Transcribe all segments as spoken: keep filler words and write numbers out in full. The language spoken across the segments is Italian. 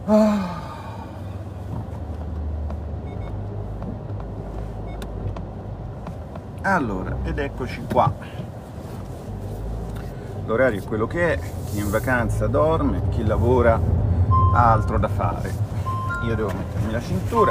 Ah. Allora, ed eccoci qua. L'orario è quello che è, chi è in vacanza dorme, chi lavora ha altro da fare. Io devo mettermi la cintura.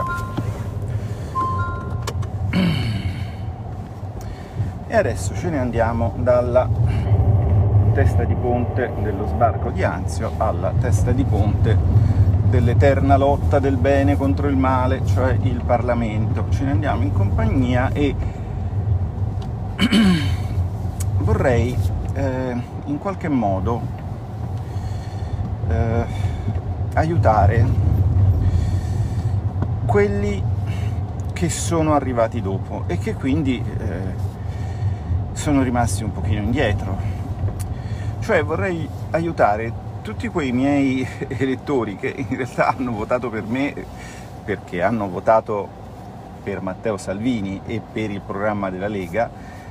E adesso ce ne andiamo dalla testa di ponte dello sbarco di Anzio alla testa di ponte dell'eterna lotta del bene contro il male, cioè il Parlamento. Ce ne andiamo in compagnia e vorrei eh, in qualche modo eh, aiutare quelli che sono arrivati dopo e che quindi eh, sono rimasti un pochino indietro. Cioè vorrei aiutare tutti quei miei elettori che in realtà hanno votato per me perché hanno votato per Matteo Salvini e per il programma della Lega,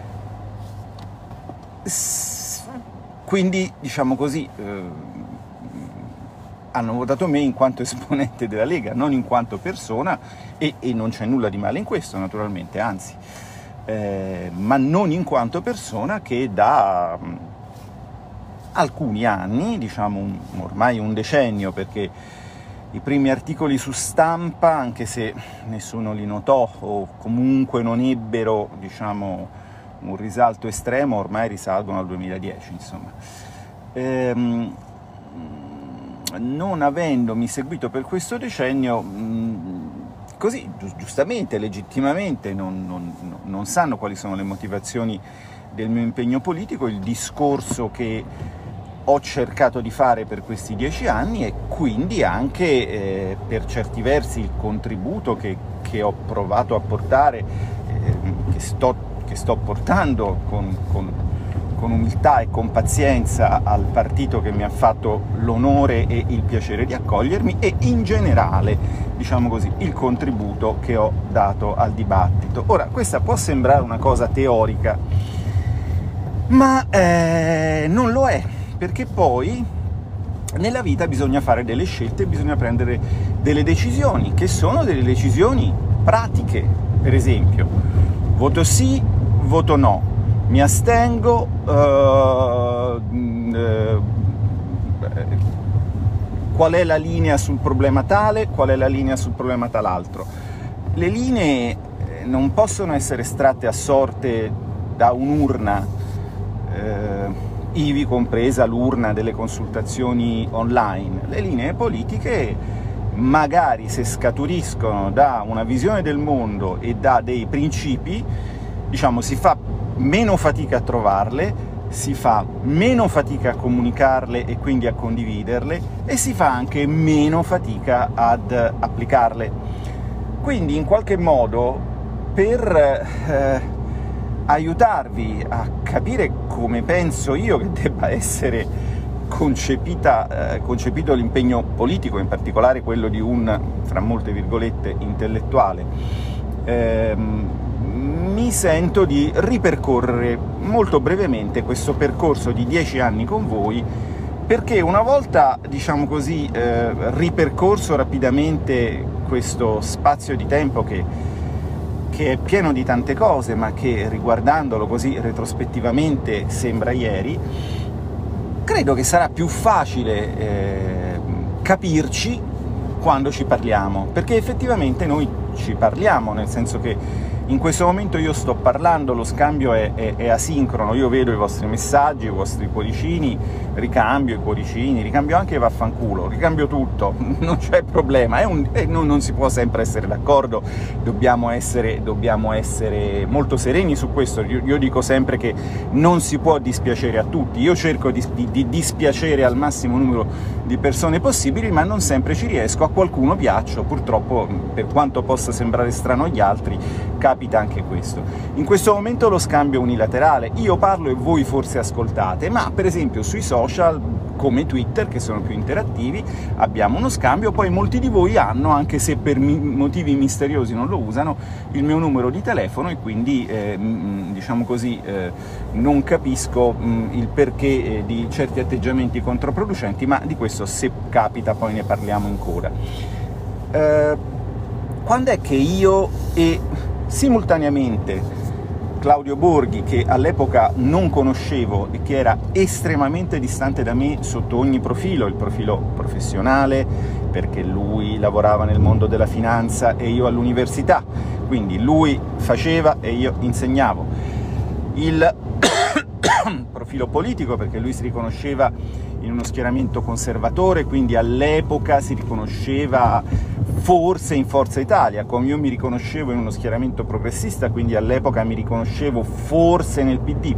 quindi diciamo così eh, hanno votato me in quanto esponente della Lega, non in quanto persona, e, e non c'è nulla di male in questo naturalmente, anzi, eh, ma non in quanto persona che da mh, alcuni anni, diciamo un, ormai un decennio, perché i primi articoli su Stampa, anche se nessuno li notò o comunque non ebbero, diciamo, un risalto estremo, ormai risalgono al duemiladieci, insomma. Ehm, non avendomi seguito per questo decennio, mh, così giustamente, legittimamente, non, non, non sanno quali sono le motivazioni del mio impegno politico, il discorso che ho cercato di fare per questi dieci anni e quindi anche eh, per certi versi il contributo che, che ho provato a portare, eh, che, sto, che sto portando con, con, con umiltà e con pazienza al partito che mi ha fatto l'onore e il piacere di accogliermi, e in generale, diciamo così, il contributo che ho dato al dibattito. Ora, questa può sembrare una cosa teorica, ma eh, non lo è, perché poi nella vita bisogna fare delle scelte, bisogna prendere delle decisioni, che sono delle decisioni pratiche. Per esempio, voto sì, voto no, mi astengo, uh, uh, qual è la linea sul problema tale, qual è la linea sul problema tal'altro. Le linee non possono essere estratte a sorte da un'urna, uh, ivi compresa l'urna delle consultazioni online. Le linee politiche, magari se scaturiscono da una visione del mondo e da dei principi, diciamo, si fa meno fatica a trovarle, si fa meno fatica a comunicarle e quindi a condividerle, e si fa anche meno fatica ad applicarle. Quindi in qualche modo, per eh, aiutarvi a capire come penso io che debba essere concepita, eh, concepito l'impegno politico, in particolare quello di un, fra molte virgolette, intellettuale, ehm, mi sento di ripercorrere molto brevemente questo percorso di dieci anni con voi, perché una volta, diciamo così, eh, ripercorso rapidamente questo spazio di tempo che che è pieno di tante cose, ma che riguardandolo così retrospettivamente sembra ieri, credo che sarà più facile eh, capirci quando ci parliamo, perché effettivamente noi ci parliamo, nel senso che in questo momento io sto parlando, lo scambio è, è, è asincrono, io vedo i vostri messaggi, i vostri cuoricini, ricambio i cuoricini, ricambio anche i vaffanculo, ricambio tutto, non c'è problema, è un, è, non, non si può sempre essere d'accordo, dobbiamo essere, dobbiamo essere molto sereni su questo. Io, io dico sempre che non si può dispiacere a tutti, io cerco di, di, di dispiacere al massimo numero di persone possibili, ma non sempre ci riesco, a qualcuno piaccio, purtroppo, per quanto possa sembrare strano agli altri, capita anche questo. In questo momento lo scambio è unilaterale, io parlo e voi forse ascoltate, ma per esempio sui social come Twitter, che sono più interattivi, abbiamo uno scambio, poi molti di voi hanno, anche se per mi motivi misteriosi non lo usano, il mio numero di telefono e quindi, eh, diciamo così, eh, non capisco mh, il perché eh, di certi atteggiamenti controproducenti, ma di questo, se capita, poi ne parliamo ancora. Eh, quando è che io e simultaneamente Claudio Borghi, che all'epoca non conoscevo e che era estremamente distante da me sotto ogni profilo, il profilo professionale, perché lui lavorava nel mondo della finanza e io all'università, quindi lui faceva e io insegnavo, il profilo politico, perché lui si riconosceva in uno schieramento conservatore, quindi all'epoca si riconosceva forse in Forza Italia, come io mi riconoscevo in uno schieramento progressista, quindi all'epoca mi riconoscevo forse nel P D.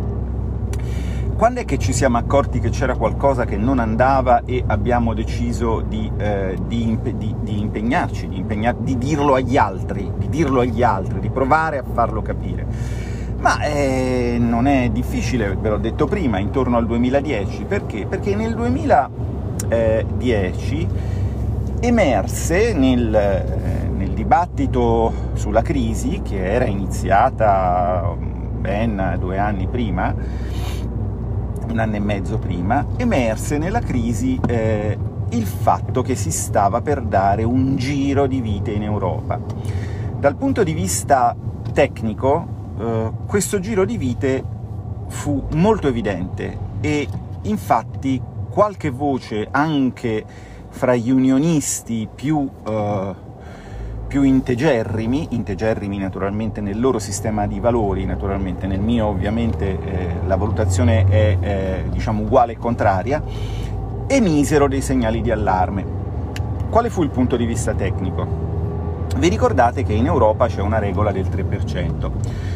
Quando è che ci siamo accorti che c'era qualcosa che non andava e abbiamo deciso di, eh, di, imp di, di impegnarci, di, impegna di dirlo agli altri, di dirlo agli altri, di provare a farlo capire? Ma eh, non è difficile, ve l'ho detto prima, intorno al duemiladieci. Perché? Perché nel duemiladieci emerse nel, nel dibattito sulla crisi, che era iniziata ben due anni prima, un anno e mezzo prima, emerse nella crisi eh, il fatto che si stava per dare un giro di vite in Europa. Dal punto di vista tecnico, eh, questo giro di vite fu molto evidente e infatti qualche voce anche fra gli unionisti più, uh, più integerrimi, integerrimi naturalmente nel loro sistema di valori, naturalmente nel mio ovviamente eh, la valutazione è eh, diciamo uguale e contraria, emisero dei segnali di allarme. Quale fu il punto di vista tecnico? Vi ricordate che in Europa c'è una regola del tre per cento,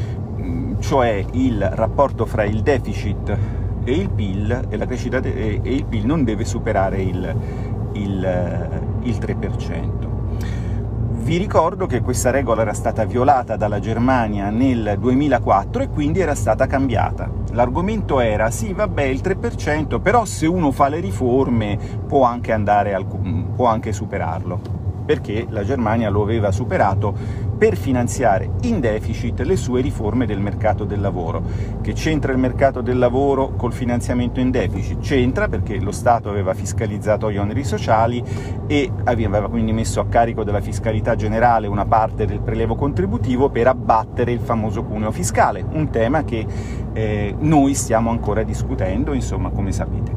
cioè il rapporto fra il deficit e il P I L, e la crescita e il P I L non deve superare il Il, il tre per cento. Vi ricordo che questa regola era stata violata dalla Germania nel duemilaquattro e quindi era stata cambiata. L'argomento era: sì, vabbè, il tre per cento, però se uno fa le riforme può anche, andare al, può anche superarlo, perché la Germania lo aveva superato per finanziare in deficit le sue riforme del mercato del lavoro. Che c'entra il mercato del lavoro col finanziamento in deficit? C'entra, perché lo Stato aveva fiscalizzato gli oneri sociali e aveva quindi messo a carico della fiscalità generale una parte del prelevo contributivo per abbattere il famoso cuneo fiscale, un tema che eh, noi stiamo ancora discutendo, insomma, come sapete.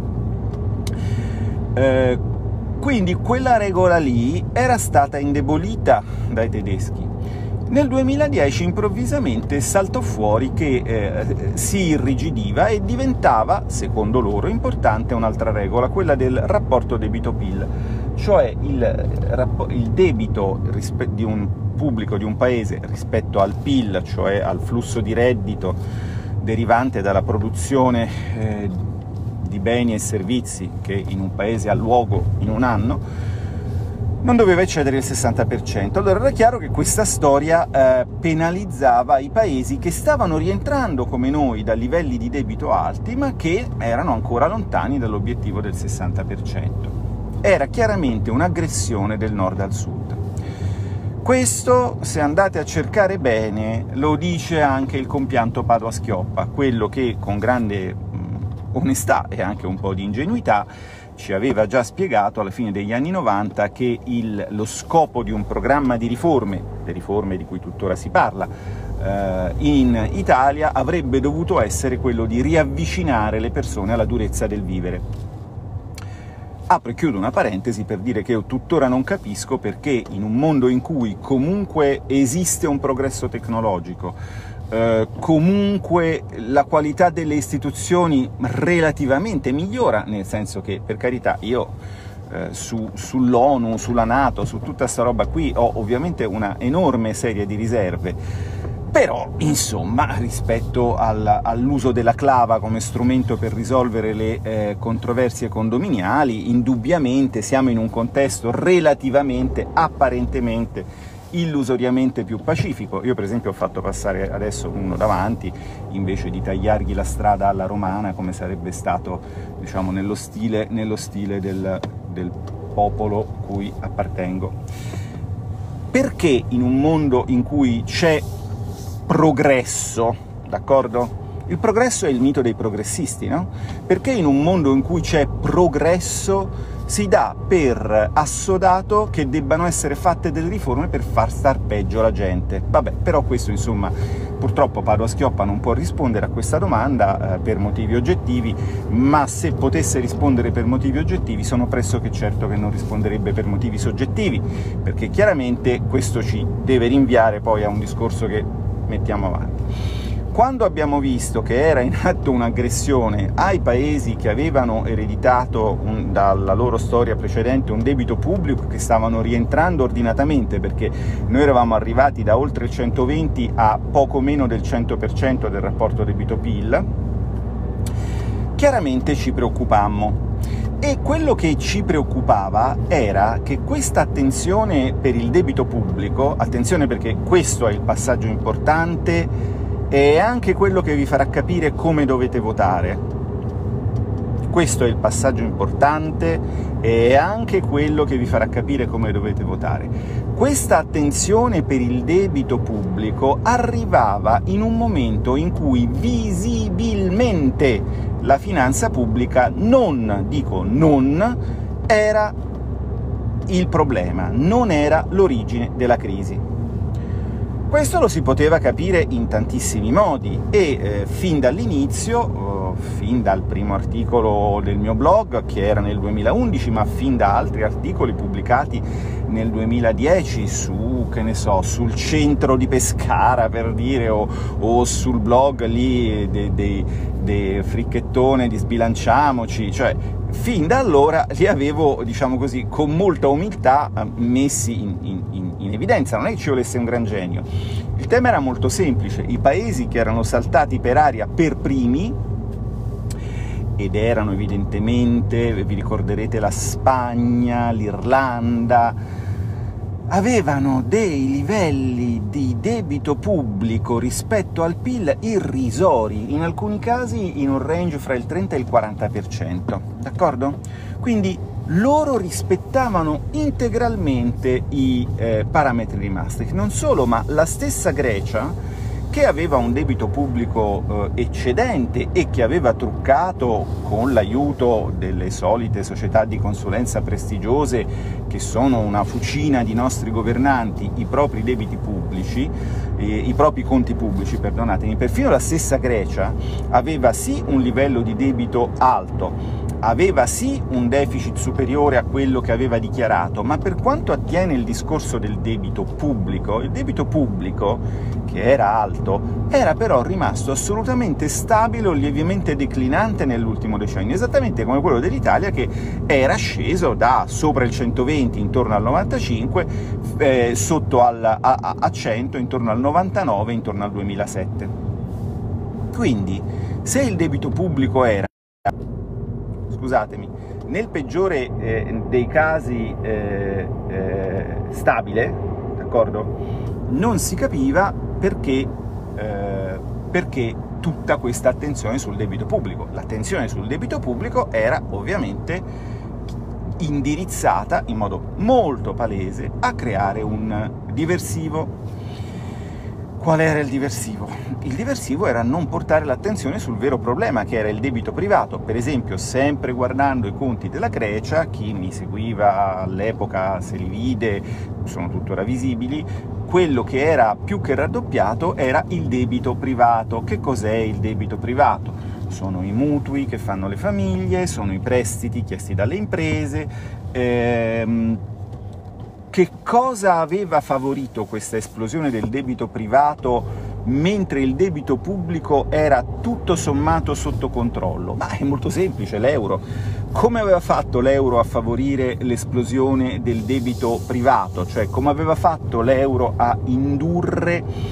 Eh, quindi quella regola lì era stata indebolita dai tedeschi. Nel duemiladieci improvvisamente saltò fuori che eh, si irrigidiva e diventava, secondo loro, importante un'altra regola, quella del rapporto debito-P I L, cioè il, il debito di un pubblico di un paese rispetto al P I L, cioè al flusso di reddito derivante dalla produzione eh, di beni e servizi che in un paese ha luogo in un anno, non doveva eccedere il sessanta per cento. Allora era chiaro che questa storia eh, penalizzava i paesi che stavano rientrando come noi da livelli di debito alti, ma che erano ancora lontani dall'obiettivo del sessanta per cento. Era chiaramente un'aggressione del nord al sud. Questo, se andate a cercare bene, lo dice anche il compianto Padoa-Schioppa, quello che con grande mh, onestà e anche un po' di ingenuità ci aveva già spiegato alla fine degli anni novanta che il, lo scopo di un programma di riforme, le riforme di cui tuttora si parla, eh, in Italia avrebbe dovuto essere quello di riavvicinare le persone alla durezza del vivere. Apro e chiudo una parentesi per dire che io tuttora non capisco perché in un mondo in cui comunque esiste un progresso tecnologico, Uh, comunque la qualità delle istituzioni relativamente migliora, nel senso che, per carità, io uh, su, sull'ONU, sulla NATO, su tutta sta roba qui ho ovviamente una enorme serie di riserve, però insomma rispetto al, all'uso della clava come strumento per risolvere le eh, controversie condominiali, indubbiamente siamo in un contesto relativamente, apparentemente illusoriamente più pacifico. Io per esempio ho fatto passare adesso uno davanti, invece di tagliargli la strada alla romana, come sarebbe stato, diciamo, nello stile, nello stile del, del popolo cui appartengo. Perché in un mondo in cui c'è progresso, d'accordo? Il progresso è il mito dei progressisti, no? Perché in un mondo in cui c'è progresso si dà per assodato che debbano essere fatte delle riforme per far star peggio la gente. Vabbè, però questo, insomma, purtroppo Padoa-Schioppa non può rispondere a questa domanda eh, per motivi oggettivi, ma se potesse rispondere per motivi oggettivi sono pressoché certo che non risponderebbe per motivi soggettivi, perché chiaramente questo ci deve rinviare poi a un discorso che mettiamo avanti. Quando abbiamo visto che era in atto un'aggressione ai paesi che avevano ereditato un, dalla loro storia precedente un debito pubblico, che stavano rientrando ordinatamente, perché noi eravamo arrivati da oltre il centoventi a poco meno del cento per cento del rapporto debito-P I L, chiaramente ci preoccupammo. E quello che ci preoccupava era che questa attenzione per il debito pubblico, attenzione perché questo è il passaggio importante, è anche quello che vi farà capire come dovete votare. Questo è il passaggio importante e è anche quello che vi farà capire come dovete votare. Questa attenzione per il debito pubblico arrivava in un momento in cui visibilmente la finanza pubblica non, dico non, era il problema, non era l'origine della crisi. Questo lo si poteva capire in tantissimi modi e eh, fin dall'inizio, eh, fin dal primo articolo del mio blog, che era nel duemilaundici, ma fin da altri articoli pubblicati nel duemiladieci su, che ne so, sul centro di Pescara, per dire, o, o sul blog lì dei de, de fricchettone di Sbilanciamoci, cioè fin da allora li avevo, diciamo così, con molta umiltà messi in, in, in, in evidenza. Non è che ci volesse un gran genio, il tema era molto semplice: i paesi che erano saltati per aria per primi, ed erano evidentemente, vi ricorderete, la Spagna, l'Irlanda, avevano dei livelli di debito pubblico rispetto al P I L irrisori, in alcuni casi in un range fra il trenta e il quaranta per cento, d'accordo? Quindi loro rispettavano integralmente i eh, parametri di Maastricht. Non solo, ma la stessa Grecia, che aveva un debito pubblico eh, eccedente e che aveva truccato, con l'aiuto delle solite società di consulenza prestigiose che sono una fucina di nostri governanti, i propri debiti pubblici, eh, i propri conti pubblici, perdonatemi, perfino la stessa Grecia aveva sì un livello di debito alto, aveva sì un deficit superiore a quello che aveva dichiarato, ma per quanto attiene il discorso del debito pubblico, il debito pubblico, che era alto, era però rimasto assolutamente stabile o lievemente declinante nell'ultimo decennio, esattamente come quello dell'Italia, che era sceso da sopra il centoventi intorno al novantacinque, eh, sotto al, a, a cento intorno al novantanove, intorno al duemilasette. Quindi, se il debito pubblico era, scusatemi, nel peggiore eh, dei casi eh, eh, stabile, d'accordo? Non si capiva perché, eh, perché tutta questa attenzione sul debito pubblico. L'attenzione sul debito pubblico era ovviamente indirizzata in modo molto palese a creare un diversivo. Qual era il diversivo? Il diversivo era non portare l'attenzione sul vero problema, che era il debito privato. Per esempio, sempre guardando i conti della Grecia, chi mi seguiva all'epoca se li vide, sono tuttora visibili, quello che era più che raddoppiato era il debito privato. Che cos'è il debito privato? Sono i mutui che fanno le famiglie, sono i prestiti chiesti dalle imprese. Ehm, Che cosa aveva favorito questa esplosione del debito privato mentre il debito pubblico era tutto sommato sotto controllo? Ma è molto semplice, l'euro. Come aveva fatto l'euro a favorire l'esplosione del debito privato? Cioè, come aveva fatto l'euro a indurre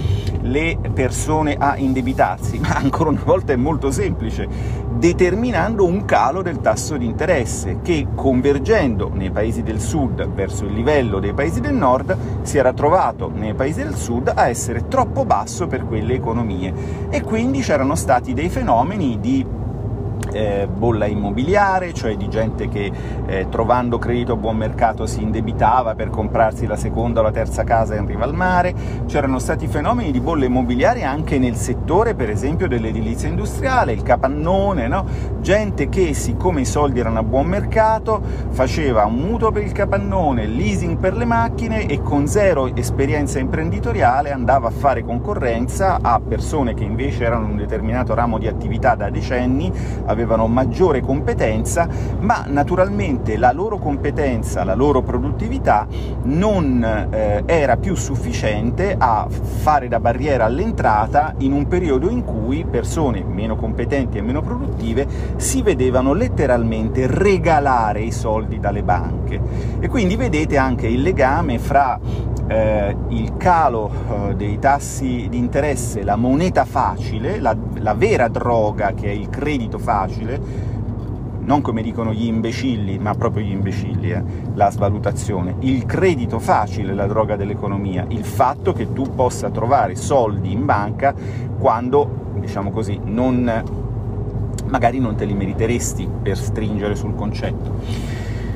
le persone a indebitarsi? Ma ancora una volta è molto semplice, determinando un calo del tasso di interesse che, convergendo nei paesi del sud verso il livello dei paesi del nord, si era trovato nei paesi del sud a essere troppo basso per quelle economie, e quindi c'erano stati dei fenomeni di Eh, bolla immobiliare, cioè di gente che eh, trovando credito a buon mercato si indebitava per comprarsi la seconda o la terza casa in riva al mare. C'erano stati fenomeni di bolla immobiliare anche nel settore, per esempio, dell'edilizia industriale, il capannone, no? Gente che, siccome i soldi erano a buon mercato, faceva un mutuo per il capannone, leasing per le macchine, e con zero esperienza imprenditoriale andava a fare concorrenza a persone che invece erano in un determinato ramo di attività da decenni, avevano maggiore competenza, ma naturalmente la loro competenza, la loro produttività non eh, era più sufficiente a fare da barriera all'entrata in un periodo in cui persone meno competenti e meno produttive si vedevano letteralmente regalare i soldi dalle banche. E quindi vedete anche il legame fra eh, il calo eh, dei tassi di interesse, la moneta facile, la, la vera droga che è il credito facile, non come dicono gli imbecilli, ma proprio gli imbecilli, eh, la svalutazione. Il credito facile è la droga dell'economia, il fatto che tu possa trovare soldi in banca quando, diciamo così, non, magari non te li meriteresti, per stringere sul concetto.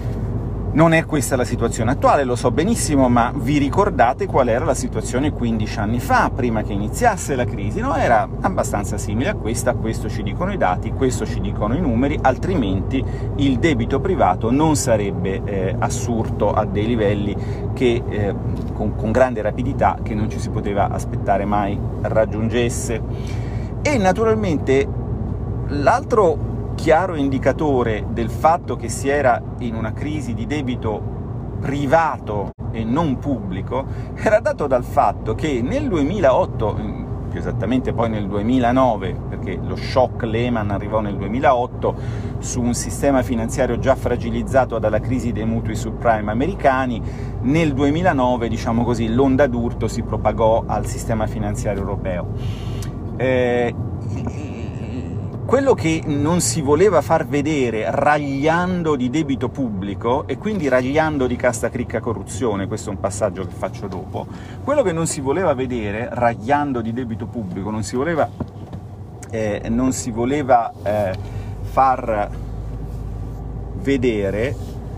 Non è questa la situazione attuale, lo so benissimo, ma vi ricordate qual era la situazione quindici anni fa, prima che iniziasse la crisi? No? Era abbastanza simile a questa, questo ci dicono i dati, questo ci dicono i numeri, altrimenti il debito privato non sarebbe eh, assurto a dei livelli che, eh, con, con grande rapidità, che non ci si poteva aspettare mai raggiungesse. E naturalmente l'altro chiaro indicatore del fatto che si era in una crisi di debito privato e non pubblico era dato dal fatto che nel duemilaotto, più esattamente poi nel duemilanove, perché lo shock Lehman arrivò nel duemilaotto su un sistema finanziario già fragilizzato dalla crisi dei mutui subprime americani, nel duemilanove, diciamo così, l'onda d'urto si propagò al sistema finanziario europeo. Eh, Quello che non si voleva far vedere ragliando di debito pubblico, e quindi ragliando di casta cricca corruzione, questo è un passaggio che faccio dopo, quello che non si voleva vedere ragliando di debito pubblico, non si voleva, eh, non si voleva eh, far vedere,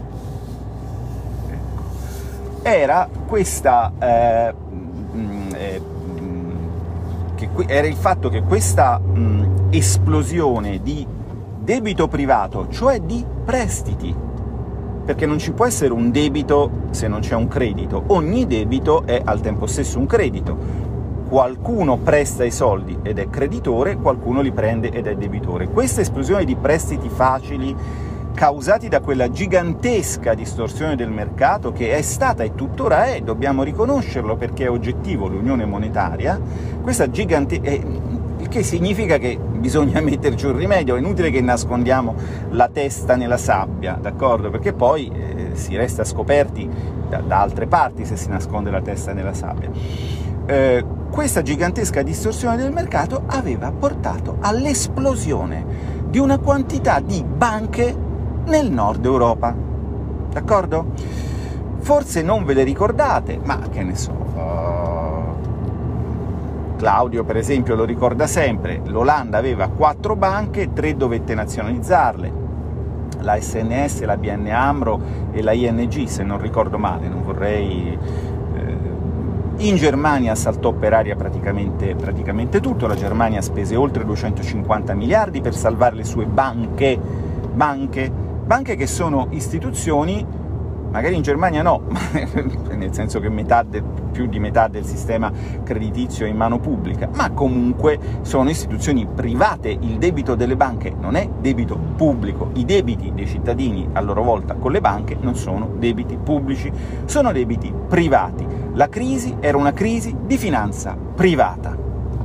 era questa eh, mh, eh, che era il fatto che questa mh, esplosione di debito privato, cioè di prestiti, perché non ci può essere un debito se non c'è un credito, ogni debito è al tempo stesso un credito, qualcuno presta i soldi ed è creditore, qualcuno li prende ed è debitore. Questa esplosione di prestiti facili causati da quella gigantesca distorsione del mercato, che è stata e tuttora è, dobbiamo riconoscerlo perché è oggettivo, l'unione monetaria, questa gigante... il che significa che bisogna metterci un rimedio, è inutile che nascondiamo la testa nella sabbia, d'accordo? Perché poi eh, si resta scoperti da, da altre parti se si nasconde la testa nella sabbia. Eh, questa gigantesca distorsione del mercato aveva portato all'esplosione di una quantità di banche nel nord Europa, d'accordo? Forse non ve le ricordate, ma che ne so, uh, Claudio per esempio lo ricorda sempre, l'Olanda aveva quattro banche, tre dovette nazionalizzarle, la S N S, la B N Amro e la I N G, se non ricordo male, non vorrei... In Germania saltò per aria praticamente, praticamente tutto, la Germania spese oltre duecentocinquanta miliardi per salvare le sue banche, banche, banche che sono istituzioni, magari in Germania no, nel senso che metà del, più di metà del sistema creditizio è in mano pubblica, ma comunque sono istituzioni private, il debito delle banche non è debito pubblico, i debiti dei cittadini a loro volta con le banche non sono debiti pubblici, sono debiti privati. La crisi era una crisi di finanza privata.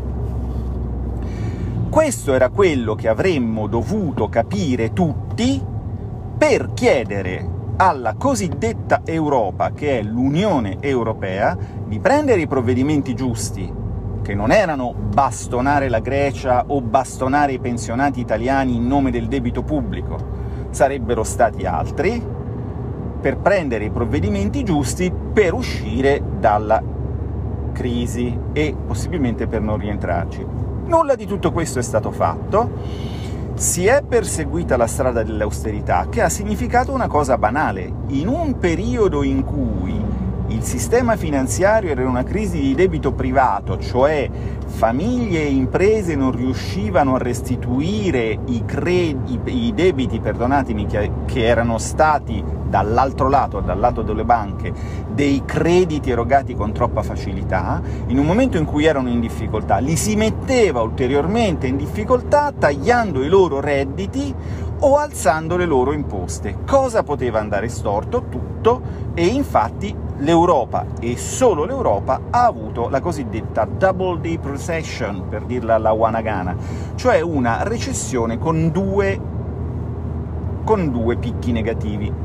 Questo era quello che avremmo dovuto capire tutti per chiedere alla cosiddetta Europa, che è l'Unione Europea, di prendere i provvedimenti giusti, che che non erano bastonare la Grecia o bastonare i pensionati italiani in nome del debito pubblico, sarebbero stati altri, per prendere i provvedimenti giusti per uscire dalla crisi e possibilmente per non rientrarci. Nulla di tutto questo è stato fatto. Si è perseguita la strada dell'austerità, che ha significato una cosa banale. In un periodo in cui il sistema finanziario era in una crisi di debito privato, cioè famiglie e imprese non riuscivano a restituire i, i, i debiti, perdonatemi, che, che erano stati dall'altro lato, dal lato delle banche, dei crediti erogati con troppa facilità, in un momento in cui erano in difficoltà, li si metteva ulteriormente in difficoltà tagliando i loro redditi o alzando le loro imposte. Cosa poteva andare storto? Tutto, e infatti l'Europa, e solo l'Europa, ha avuto la cosiddetta double deep recession, per dirla alla Wanagana, cioè una recessione con due, con due picchi negativi.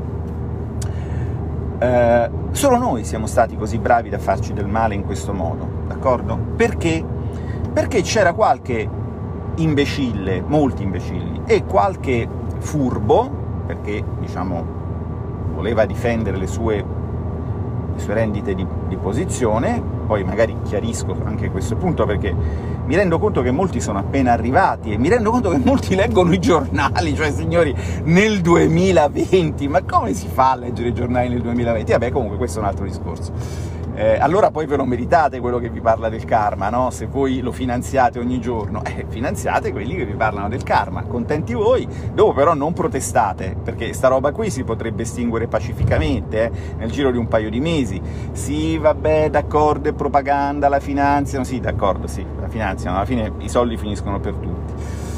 Eh, solo noi siamo stati così bravi da farci del male in questo modo, d'accordo? Perché? Perché c'era qualche imbecille, molti imbecilli, e qualche furbo, perché, diciamo, voleva difendere le sue, le sue rendite di, di posizione. Poi magari chiarisco anche questo punto, perché mi rendo conto che molti sono appena arrivati e mi rendo conto che molti leggono i giornali, cioè, signori, nel duemilaventi, ma come si fa a leggere i giornali nel duemilaventi? Vabbè, comunque questo è un altro discorso. Eh, allora poi ve lo meritate quello che vi parla del karma, no? Se voi lo finanziate ogni giorno, eh, finanziate quelli che vi parlano del karma, contenti voi, dopo però non protestate, perché sta roba qui si potrebbe estinguere pacificamente, eh, nel giro di un paio di mesi. Sì, vabbè, d'accordo, è propaganda, la finanziano, sì, d'accordo, sì, la finanziano, alla fine i soldi finiscono per tutti.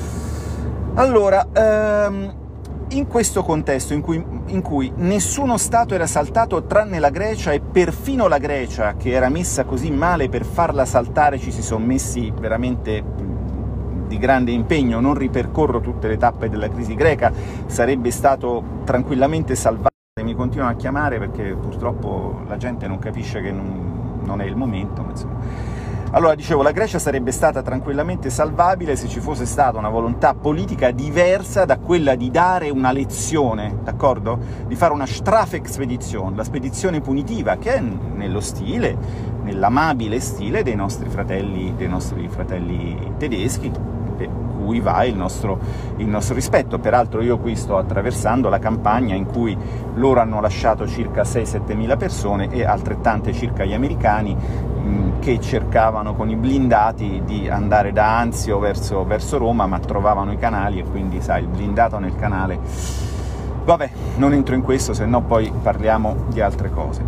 Allora, ehm, in questo contesto in cui, in cui nessuno Stato era saltato tranne la Grecia, e perfino la Grecia, che era messa così male, per farla saltare ci si sono messi veramente di grande impegno. Non ripercorro tutte le tappe della crisi greca, sarebbe stato tranquillamente salvato. Mi continuano a chiamare perché purtroppo la gente non capisce che non, non è il momento, ma insomma. Allora, dicevo, la Grecia sarebbe stata tranquillamente salvabile se ci fosse stata una volontà politica diversa da quella di dare una lezione, d'accordo? Di fare una Strafexpedition, la spedizione punitiva, che è nello stile, nell'amabile stile dei nostri fratelli, dei nostri fratelli tedeschi, per cui va il nostro, il nostro rispetto. Peraltro io qui sto attraversando la campagna in cui loro hanno lasciato circa sei sette mila persone e altrettante circa gli americani, che cercavano con i blindati di andare da Anzio verso, verso Roma, ma trovavano i canali e quindi, sai, il blindato nel canale. Vabbè, non entro in questo, se no poi parliamo di altre cose.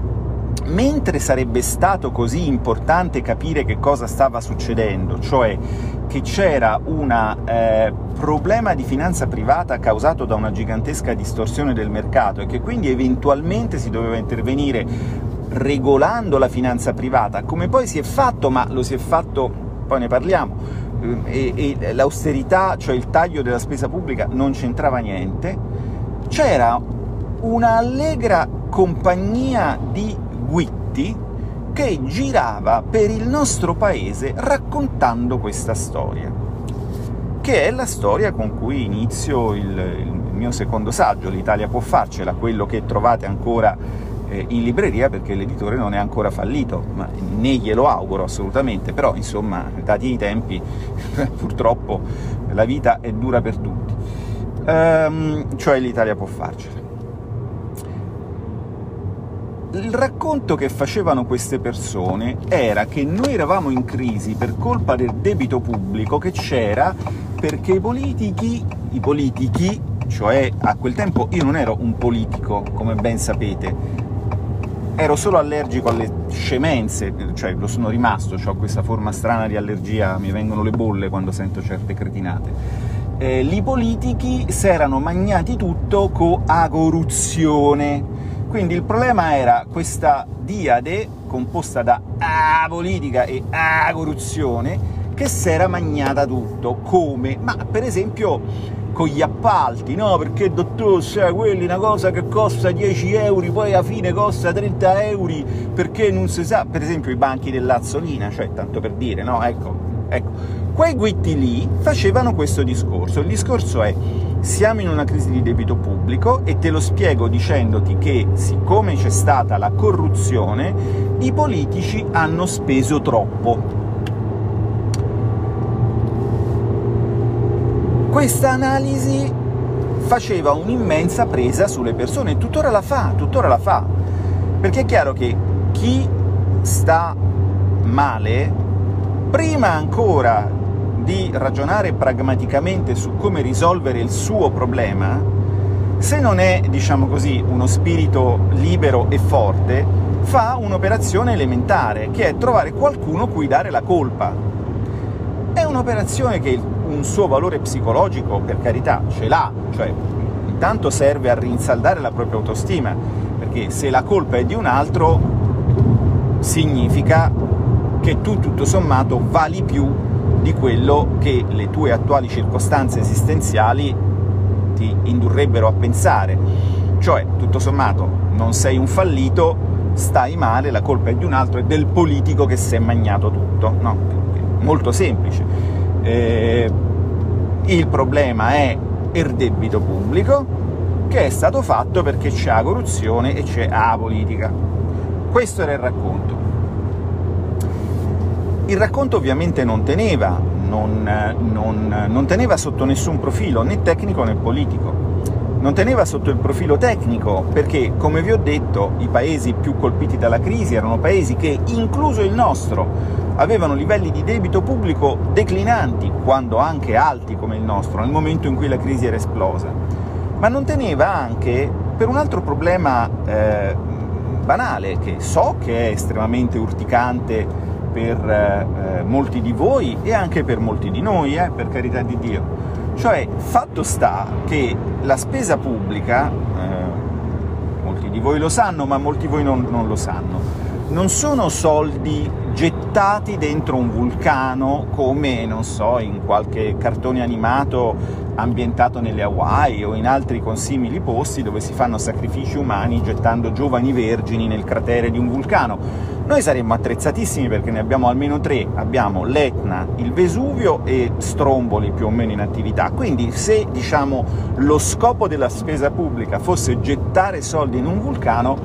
Mentre sarebbe stato così importante capire che cosa stava succedendo, cioè che c'era un eh, problema di finanza privata causato da una gigantesca distorsione del mercato e che quindi eventualmente si doveva intervenire regolando la finanza privata, come poi si è fatto, ma lo si è fatto, poi ne parliamo, e, e l'austerità, cioè il taglio della spesa pubblica, non c'entrava niente. C'era una allegra compagnia di guitti che girava per il nostro paese raccontando questa storia, che è la storia con cui inizio il, il mio secondo saggio, L'Italia può farcela, quello che trovate ancora in libreria perché l'editore non è ancora fallito, ma né glielo auguro assolutamente, però insomma, dati i tempi, purtroppo la vita è dura per tutti. Ehm, cioè l'Italia può farcela. Il racconto che facevano queste persone era che noi eravamo in crisi per colpa del debito pubblico che c'era, perché i politici, i politici, cioè a quel tempo io non ero un politico, come ben sapete, ero solo allergico alle scemenze, cioè lo sono rimasto, ho questa forma strana di allergia, mi vengono le bolle quando sento certe cretinate. Eh, I politici si erano magnati tutto con la corruzione, quindi il problema era questa diade composta da a politica e a corruzione che si era magnata tutto. Come? Ma per esempio con gli appalti, no? Perché dottor, sai, quelli una cosa che costa dieci euro, poi alla fine costa trenta euro, perché non si sa, per esempio i banchi dell'Azzolina, cioè tanto per dire, no? Ecco, ecco, quei guitti lì facevano questo discorso. Il discorso è: siamo in una crisi di debito pubblico e te lo spiego dicendoti che, siccome c'è stata la corruzione, i politici hanno speso troppo. Questa analisi faceva un'immensa presa sulle persone e tuttora la fa, tuttora la fa, perché è chiaro che chi sta male, prima ancora di ragionare pragmaticamente su come risolvere il suo problema, se non è, diciamo così, uno spirito libero e forte, fa un'operazione elementare, che è trovare qualcuno cui dare la colpa. È un'operazione che un suo valore psicologico, per carità, ce l'ha, cioè intanto serve a rinsaldare la propria autostima, perché se la colpa è di un altro, significa che tu, tutto sommato, vali più di quello che le tue attuali circostanze esistenziali ti indurrebbero a pensare. Cioè, tutto sommato, non sei un fallito, stai male, la colpa è di un altro, è del politico che si è magnato tutto, no? Molto semplice. Eh, il problema è il debito pubblico, che è stato fatto perché c'è la corruzione e c'è la politica. Questo era il racconto. Il racconto ovviamente non teneva, non, non, non teneva sotto nessun profilo, né tecnico né politico. Non teneva sotto il profilo tecnico perché, come vi ho detto, i paesi più colpiti dalla crisi erano paesi che, incluso il nostro, avevano livelli di debito pubblico declinanti, quando anche alti come il nostro, nel momento in cui la crisi era esplosa. Ma non teneva anche per un altro problema eh, banale, che so che è estremamente urticante per eh, molti di voi e anche per molti di noi, eh, per carità di Dio. Cioè, fatto sta che la spesa pubblica, eh, molti di voi lo sanno, ma molti di voi non, non lo sanno, non sono soldi gettati dentro un vulcano come, non so, in qualche cartone animato ambientato nelle Hawaii o in altri consimili posti dove si fanno sacrifici umani gettando giovani vergini nel cratere di un vulcano. Noi saremmo attrezzatissimi perché ne abbiamo almeno tre, abbiamo l'Etna, il Vesuvio e Stromboli più o meno in attività, quindi se, diciamo, lo scopo della spesa pubblica fosse gettare soldi in un vulcano,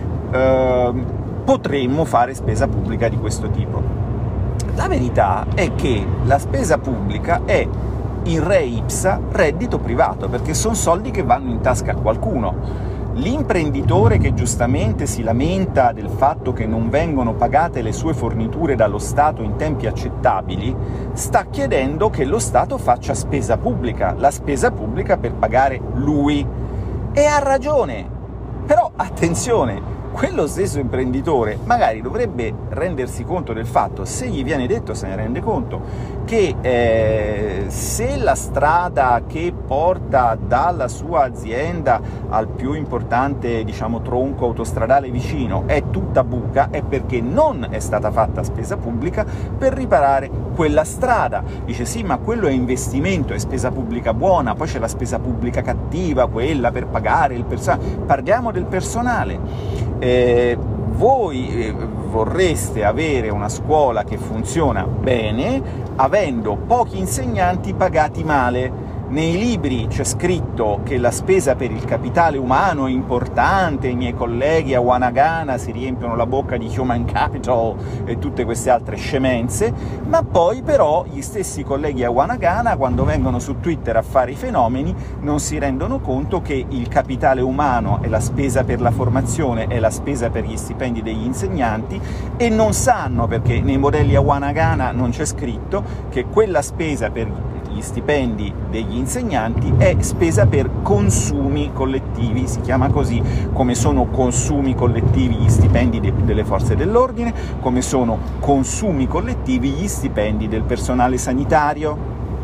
eh, potremmo fare spesa pubblica di questo tipo. La verità è che la spesa pubblica è in re ipsa reddito privato, perché sono soldi che vanno in tasca a qualcuno. L'imprenditore che giustamente si lamenta del fatto che non vengono pagate le sue forniture dallo Stato in tempi accettabili, sta chiedendo che lo Stato faccia spesa pubblica, la spesa pubblica per pagare lui. E ha ragione! Però, attenzione, quello stesso imprenditore magari dovrebbe rendersi conto del fatto, se gli viene detto se ne rende conto, che eh, se la strada che porta dalla sua azienda al più importante, diciamo, tronco autostradale vicino è tutta buca, è perché non è stata fatta spesa pubblica per riparare quella strada. Dice sì, ma quello è investimento, è spesa pubblica buona, poi c'è la spesa pubblica cattiva, quella per pagare il personale. Parliamo del personale. Eh, voi eh, vorreste avere una scuola che funziona bene, avendo pochi insegnanti pagati male. Nei libri c'è scritto che la spesa per il capitale umano è importante, i miei colleghi a Wanagana si riempiono la bocca di human capital e tutte queste altre scemenze, ma poi però gli stessi colleghi a Wanagana, quando vengono su Twitter a fare i fenomeni, non si rendono conto che il capitale umano è la spesa per la formazione, è la spesa per gli stipendi degli insegnanti, e non sanno, perché nei modelli a Wanagana non c'è scritto, che quella spesa per gli stipendi degli insegnanti è spesa per consumi collettivi, si chiama così, come sono consumi collettivi gli stipendi de- delle forze dell'ordine, come sono consumi collettivi gli stipendi del personale sanitario.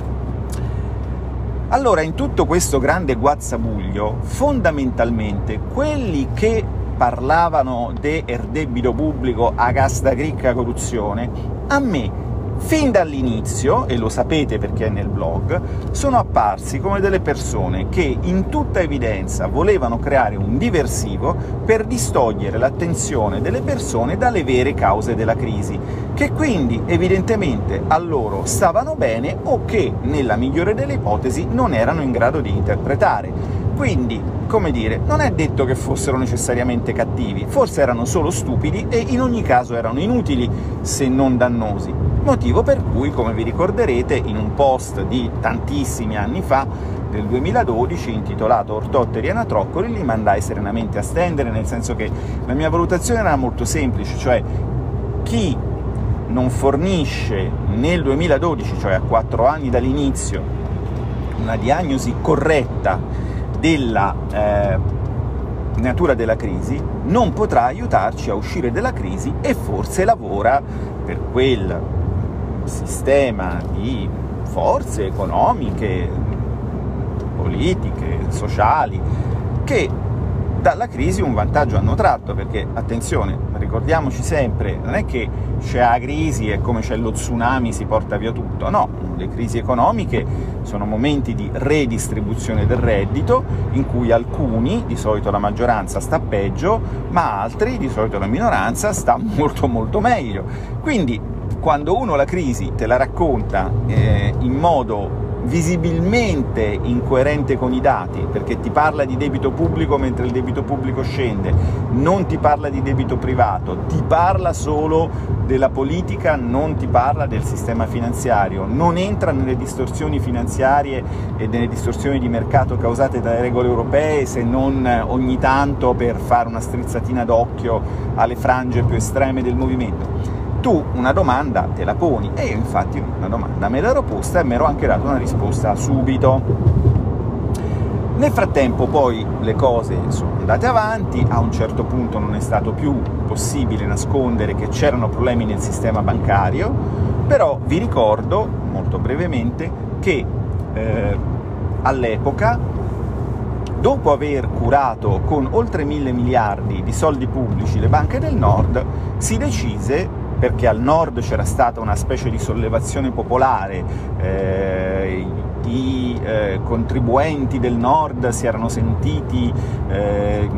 Allora, in tutto questo grande guazzabuglio, fondamentalmente quelli che parlavano del debito pubblico a casta cricca corruzione, a me fin dall'inizio, e lo sapete perché è nel blog, sono apparsi come delle persone che in tutta evidenza volevano creare un diversivo per distogliere l'attenzione delle persone dalle vere cause della crisi, che quindi evidentemente a loro stavano bene o che, nella migliore delle ipotesi, non erano in grado di interpretare. Quindi, come dire, non è detto che fossero necessariamente cattivi, forse erano solo stupidi e in ogni caso erano inutili, se non dannosi. Motivo per cui, come vi ricorderete, in un post di tantissimi anni fa, del duemiladodici, intitolato Ortotteri e Anatroccoli, li mandai serenamente a stendere, nel senso che la mia valutazione era molto semplice, cioè chi non fornisce nel duemiladodici, cioè a quattro anni dall'inizio, una diagnosi corretta della eh, natura della crisi, non potrà aiutarci a uscire dalla crisi e forse lavora per quel sistema di forze economiche, politiche, sociali, che dalla crisi un vantaggio hanno tratto, perché, attenzione, ricordiamoci sempre, non è che c'è la crisi e come c'è lo tsunami si porta via tutto, no, le crisi economiche sono momenti di redistribuzione del reddito, in cui alcuni, di solito la maggioranza, sta peggio, ma altri, di solito la minoranza, sta molto molto meglio. Quindi, quando uno la crisi te la racconta eh, in modo visibilmente incoerente con i dati, perché ti parla di debito pubblico mentre il debito pubblico scende, non ti parla di debito privato, ti parla solo della politica, non ti parla del sistema finanziario, non entra nelle distorsioni finanziarie e nelle distorsioni di mercato causate dalle regole europee, se non ogni tanto per fare una strizzatina d'occhio alle frange più estreme del movimento. Tu una domanda te la poni, e io infatti una domanda me l'ero posta e mi ero anche dato una risposta subito. Nel frattempo poi le cose sono andate avanti, a un certo punto non è stato più possibile nascondere che c'erano problemi nel sistema bancario, però vi ricordo, molto brevemente, che eh, all'epoca, dopo aver curato con oltre mille miliardi di soldi pubblici le banche del Nord, si decise, perché al Nord c'era stata una specie di sollevazione popolare, eh, i eh, contribuenti del Nord si erano sentiti eh,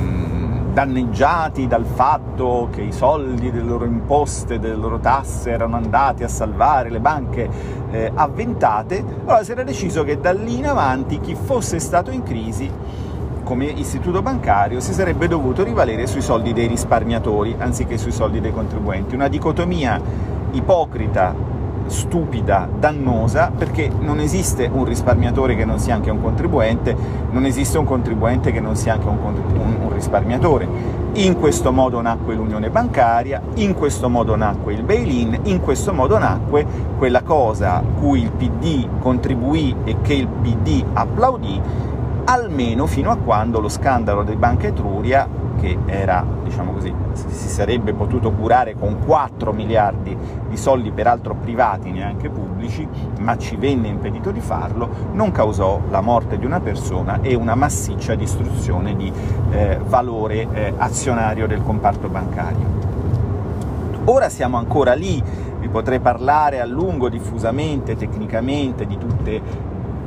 danneggiati dal fatto che i soldi delle loro imposte, delle loro tasse erano andati a salvare le banche eh, avventate. Allora si era deciso che da lì in avanti chi fosse stato in crisi come istituto bancario si sarebbe dovuto rivalere sui soldi dei risparmiatori anziché sui soldi dei contribuenti. Una dicotomia ipocrita, stupida, dannosa, perché non esiste un risparmiatore che non sia anche un contribuente, non esiste un contribuente che non sia anche un, un, un risparmiatore. In questo modo nacque l'unione bancaria, in questo modo nacque il bail-in, in questo modo nacque quella cosa cui il P D contribuì e che il P D applaudì, almeno fino a quando lo scandalo di Banca Etruria, che era, diciamo così, si sarebbe potuto curare con quattro miliardi di soldi, peraltro privati, neanche pubblici, ma ci venne impedito di farlo, non causò la morte di una persona e una massiccia distruzione di eh, valore eh, azionario del comparto bancario. Ora siamo ancora lì, vi potrei parlare a lungo, diffusamente, tecnicamente, di tutte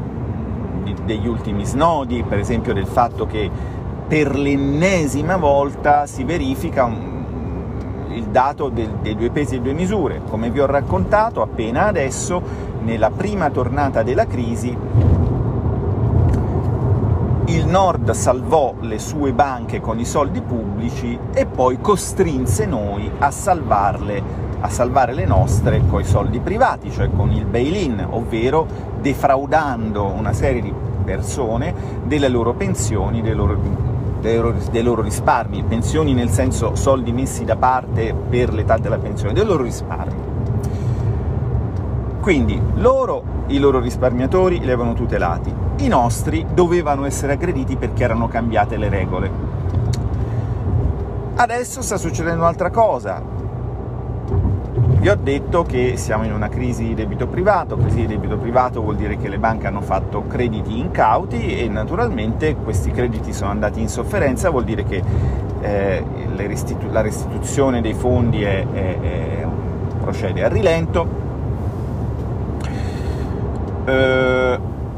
degli ultimi snodi, per esempio del fatto che per l'ennesima volta si verifica un, il dato del, dei due pesi e due misure. Come vi ho raccontato appena adesso, nella prima tornata della crisi il Nord salvò le sue banche con i soldi pubblici e poi costrinse noi a salvarle a salvare le nostre con i soldi privati, cioè con il bail-in, ovvero defraudando una serie di persone delle loro pensioni, dei loro, dei loro, dei loro risparmi, pensioni nel senso soldi messi da parte per l'età della pensione, dei loro risparmi. Quindi loro, i loro risparmiatori li avevano tutelati, i nostri dovevano essere aggrediti perché erano cambiate le regole. Adesso sta succedendo un'altra cosa. Vi ho detto che siamo in una crisi di debito privato. Crisi di debito privato vuol dire che le banche hanno fatto crediti incauti e naturalmente questi crediti sono andati in sofferenza, vuol dire che eh, le restitu- la restituzione dei fondi è, è, è, procede a rilento, eh,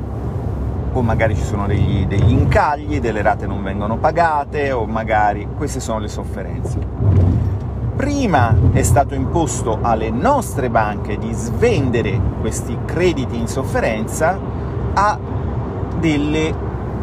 o magari ci sono degli, degli incagli, delle rate non vengono pagate, o magari queste sono le sofferenze. Prima è stato imposto alle nostre banche di svendere questi crediti in sofferenza a delle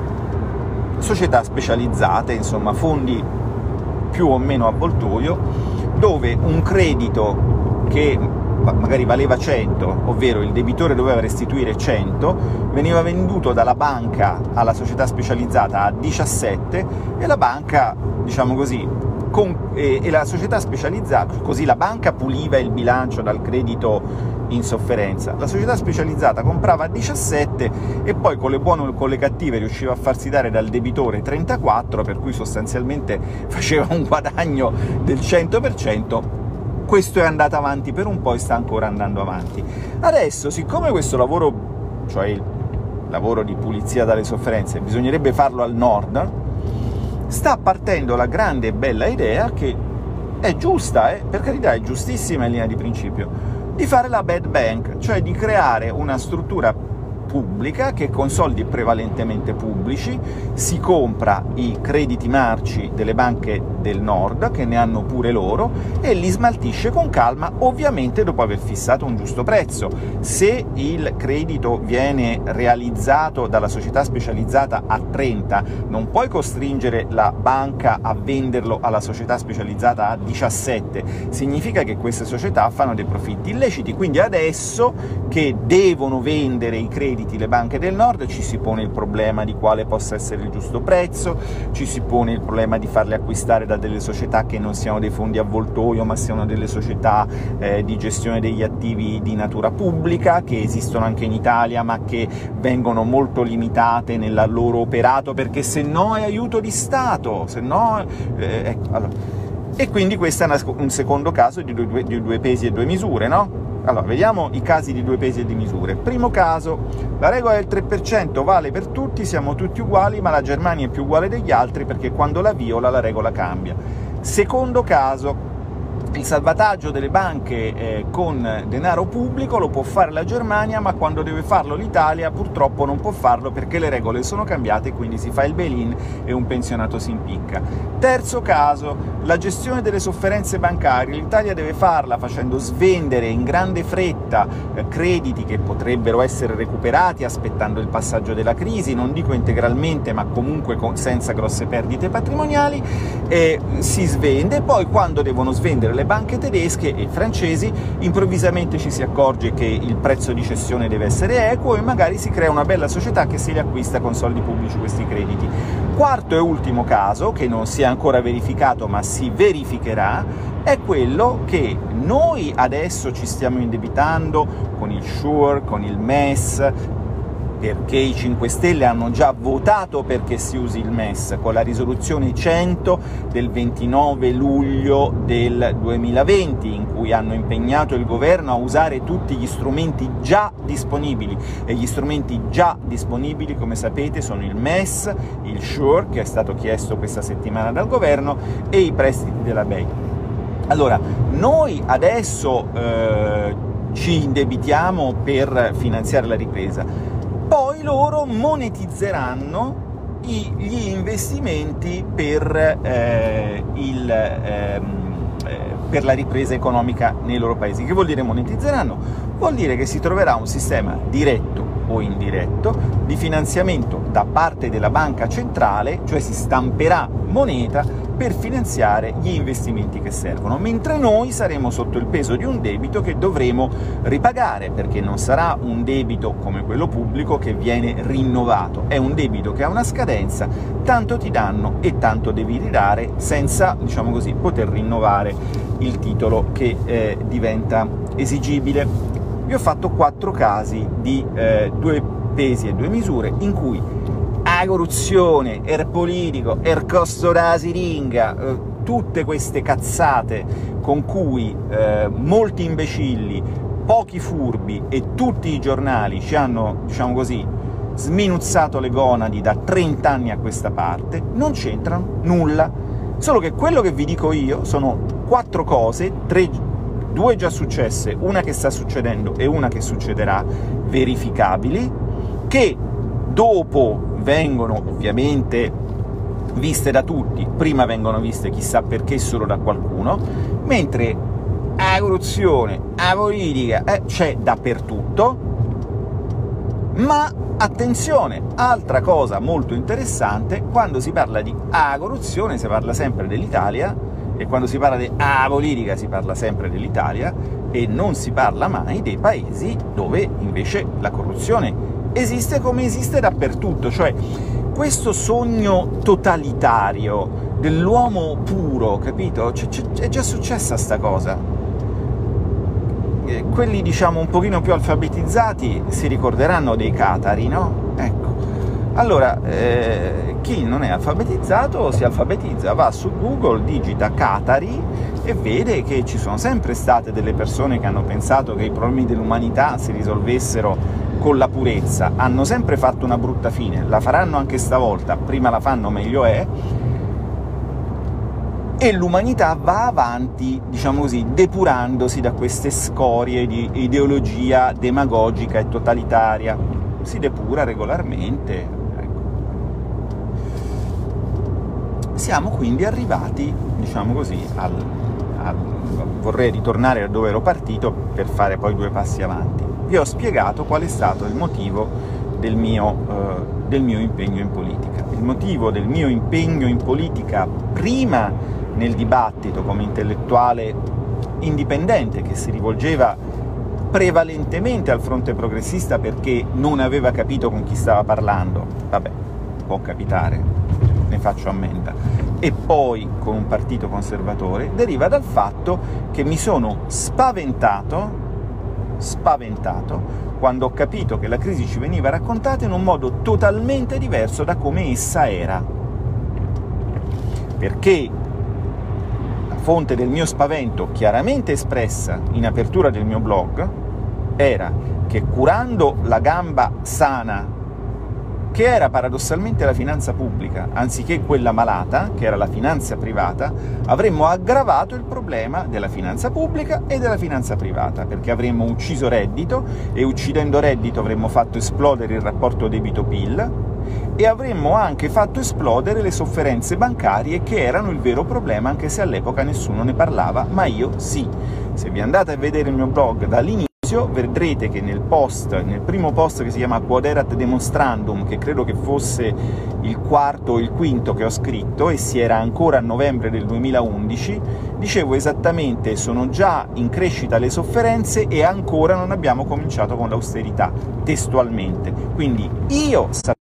società specializzate, insomma fondi più o meno avvoltoio, dove un credito che magari valeva cento, ovvero il debitore doveva restituire cento, veniva venduto dalla banca alla società specializzata a diciassette e la banca, diciamo così, con, e, e la società specializzata, così la banca puliva il bilancio dal credito in sofferenza, la società specializzata comprava a diciassette e poi con le buone o con le cattive riusciva a farsi dare dal debitore trentaquattro, per cui sostanzialmente faceva un guadagno del cento per cento. Questo è andato avanti per un po' e sta ancora andando avanti. Adesso, siccome questo lavoro, cioè il lavoro di pulizia dalle sofferenze, bisognerebbe farlo al nord, sta partendo la grande e bella idea, che è giusta, eh? per carità è giustissima in linea di principio, di fare la bad bank, cioè di creare una struttura pubblica che con soldi prevalentemente pubblici si compra i crediti marci delle banche del nord, che ne hanno pure loro, e li smaltisce con calma, ovviamente dopo aver fissato un giusto prezzo. Se il credito viene realizzato dalla società specializzata a trenta, non puoi costringere la banca a venderlo alla società specializzata a diciassette, significa che queste società fanno dei profitti illeciti, quindi adesso che devono vendere i crediti le banche del nord ci si pone il problema di quale possa essere il giusto prezzo, ci si pone il problema di farle acquistare da delle società che non siano dei fondi avvoltoio, ma siano delle società eh, di gestione degli attivi di natura pubblica, che esistono anche in Italia, ma che vengono molto limitate nel loro operato, perché se no è aiuto di Stato, se no... Eh, ecco, allora. E quindi questo è una, un secondo caso di due, di due pesi e due misure, no? Allora, vediamo i casi di due pesi e di misure. Primo caso, la regola del tre per cento vale per tutti, siamo tutti uguali, ma la Germania è più uguale degli altri perché quando la viola la regola cambia. Secondo caso, il salvataggio delle banche eh, con denaro pubblico lo può fare la Germania, ma quando deve farlo l'Italia purtroppo non può farlo perché le regole sono cambiate, quindi si fa il bail-in e un pensionato si impicca. Terzo caso, la gestione delle sofferenze bancarie, l'Italia deve farla facendo svendere in grande fretta eh, crediti che potrebbero essere recuperati aspettando il passaggio della crisi, non dico integralmente, ma comunque con, senza grosse perdite patrimoniali, e si svende, poi quando devono svendere le banche tedesche e francesi, improvvisamente ci si accorge che il prezzo di cessione deve essere equo e magari si crea una bella società che si li acquista con soldi pubblici questi crediti. Quarto e ultimo caso, che non si è ancora verificato ma si verificherà, è quello che noi adesso ci stiamo indebitando con il SURE, con il M E S, perché i cinque Stelle hanno già votato perché si usi il M E S, con la risoluzione cento del ventinove luglio del duemilaventi, in cui hanno impegnato il governo a usare tutti gli strumenti già disponibili, e gli strumenti già disponibili, come sapete, sono il M E S, il SURE, che è stato chiesto questa settimana dal governo, e i prestiti della B E I. Allora, noi adesso eh, ci indebitiamo per finanziare la ripresa, poi loro monetizzeranno i, gli investimenti per, eh, il, ehm, eh, per la ripresa economica nei loro paesi. Che vuol dire monetizzeranno? Vuol dire che si troverà un sistema diretto o indiretto di finanziamento da parte della banca centrale, cioè si stamperà moneta per finanziare gli investimenti che servono, mentre noi saremo sotto il peso di un debito che dovremo ripagare, perché non sarà un debito come quello pubblico che viene rinnovato, è un debito che ha una scadenza, tanto ti danno e tanto devi ridare, senza, diciamo così, poter rinnovare il titolo che eh, diventa esigibile. Vi ho fatto quattro casi di eh, due pesi e due misure in cui la corruzione, il politico, il costo della siringa, eh, tutte queste cazzate con cui eh, molti imbecilli, pochi furbi e tutti i giornali ci hanno, diciamo così, sminuzzato le gonadi da trenta anni a questa parte, non c'entrano nulla. Solo che quello che vi dico io sono quattro cose, tre due già successe, una che sta succedendo e una che succederà, verificabili, che dopo vengono ovviamente viste da tutti, prima vengono viste chissà perché solo da qualcuno, mentre la corruzione, la politica eh, c'è dappertutto. Ma attenzione, altra cosa molto interessante: quando si parla di ah, corruzione si parla sempre dell'Italia, e quando si parla di ah, politica si parla sempre dell'Italia, e non si parla mai dei paesi dove invece la corruzione esiste come esiste dappertutto. Cioè, questo sogno totalitario dell'uomo puro, capito? C- c- è già successa sta cosa. Eh, quelli, diciamo, un pochino più alfabetizzati si ricorderanno dei catari, no? Ecco. Allora, eh, chi non è alfabetizzato si alfabetizza, va su Google, digita catari e vede che ci sono sempre state delle persone che hanno pensato che i problemi dell'umanità si risolvessero con la purezza, hanno sempre fatto una brutta fine, la faranno anche stavolta, prima la fanno meglio è, e l'umanità va avanti, diciamo così, depurandosi da queste scorie di ideologia demagogica e totalitaria. Si depura regolarmente. Ecco. Siamo quindi arrivati, diciamo così, al, al... vorrei ritornare da dove ero partito per fare poi due passi avanti. Vi ho spiegato qual è stato il motivo del mio, eh, del mio impegno in politica. Il motivo del mio impegno in politica prima nel dibattito come intellettuale indipendente, che si rivolgeva prevalentemente al fronte progressista perché non aveva capito con chi stava parlando, vabbè, può capitare, ne faccio ammenda, e poi con un partito conservatore, deriva dal fatto che mi sono spaventato spaventato quando ho capito che la crisi ci veniva raccontata in un modo totalmente diverso da come essa era. Perché la fonte del mio spavento, chiaramente espressa in apertura del mio blog, era che curando la gamba sana, che era paradossalmente la finanza pubblica, anziché quella malata, che era la finanza privata, avremmo aggravato il problema della finanza pubblica e della finanza privata, perché avremmo ucciso reddito, e uccidendo reddito avremmo fatto esplodere il rapporto debito-P I L, e avremmo anche fatto esplodere le sofferenze bancarie, che erano il vero problema, anche se all'epoca nessuno ne parlava, ma io sì. Se vi andate a vedere il mio blog dall'inizio, vedrete che nel post, nel primo post che si chiama Quod erat demonstrandum, che credo che fosse il quarto o il quinto che ho scritto, e si era ancora a novembre del duemilaundici, dicevo esattamente: sono già in crescita le sofferenze e ancora non abbiamo cominciato con l'austerità, testualmente. Quindi io sapevo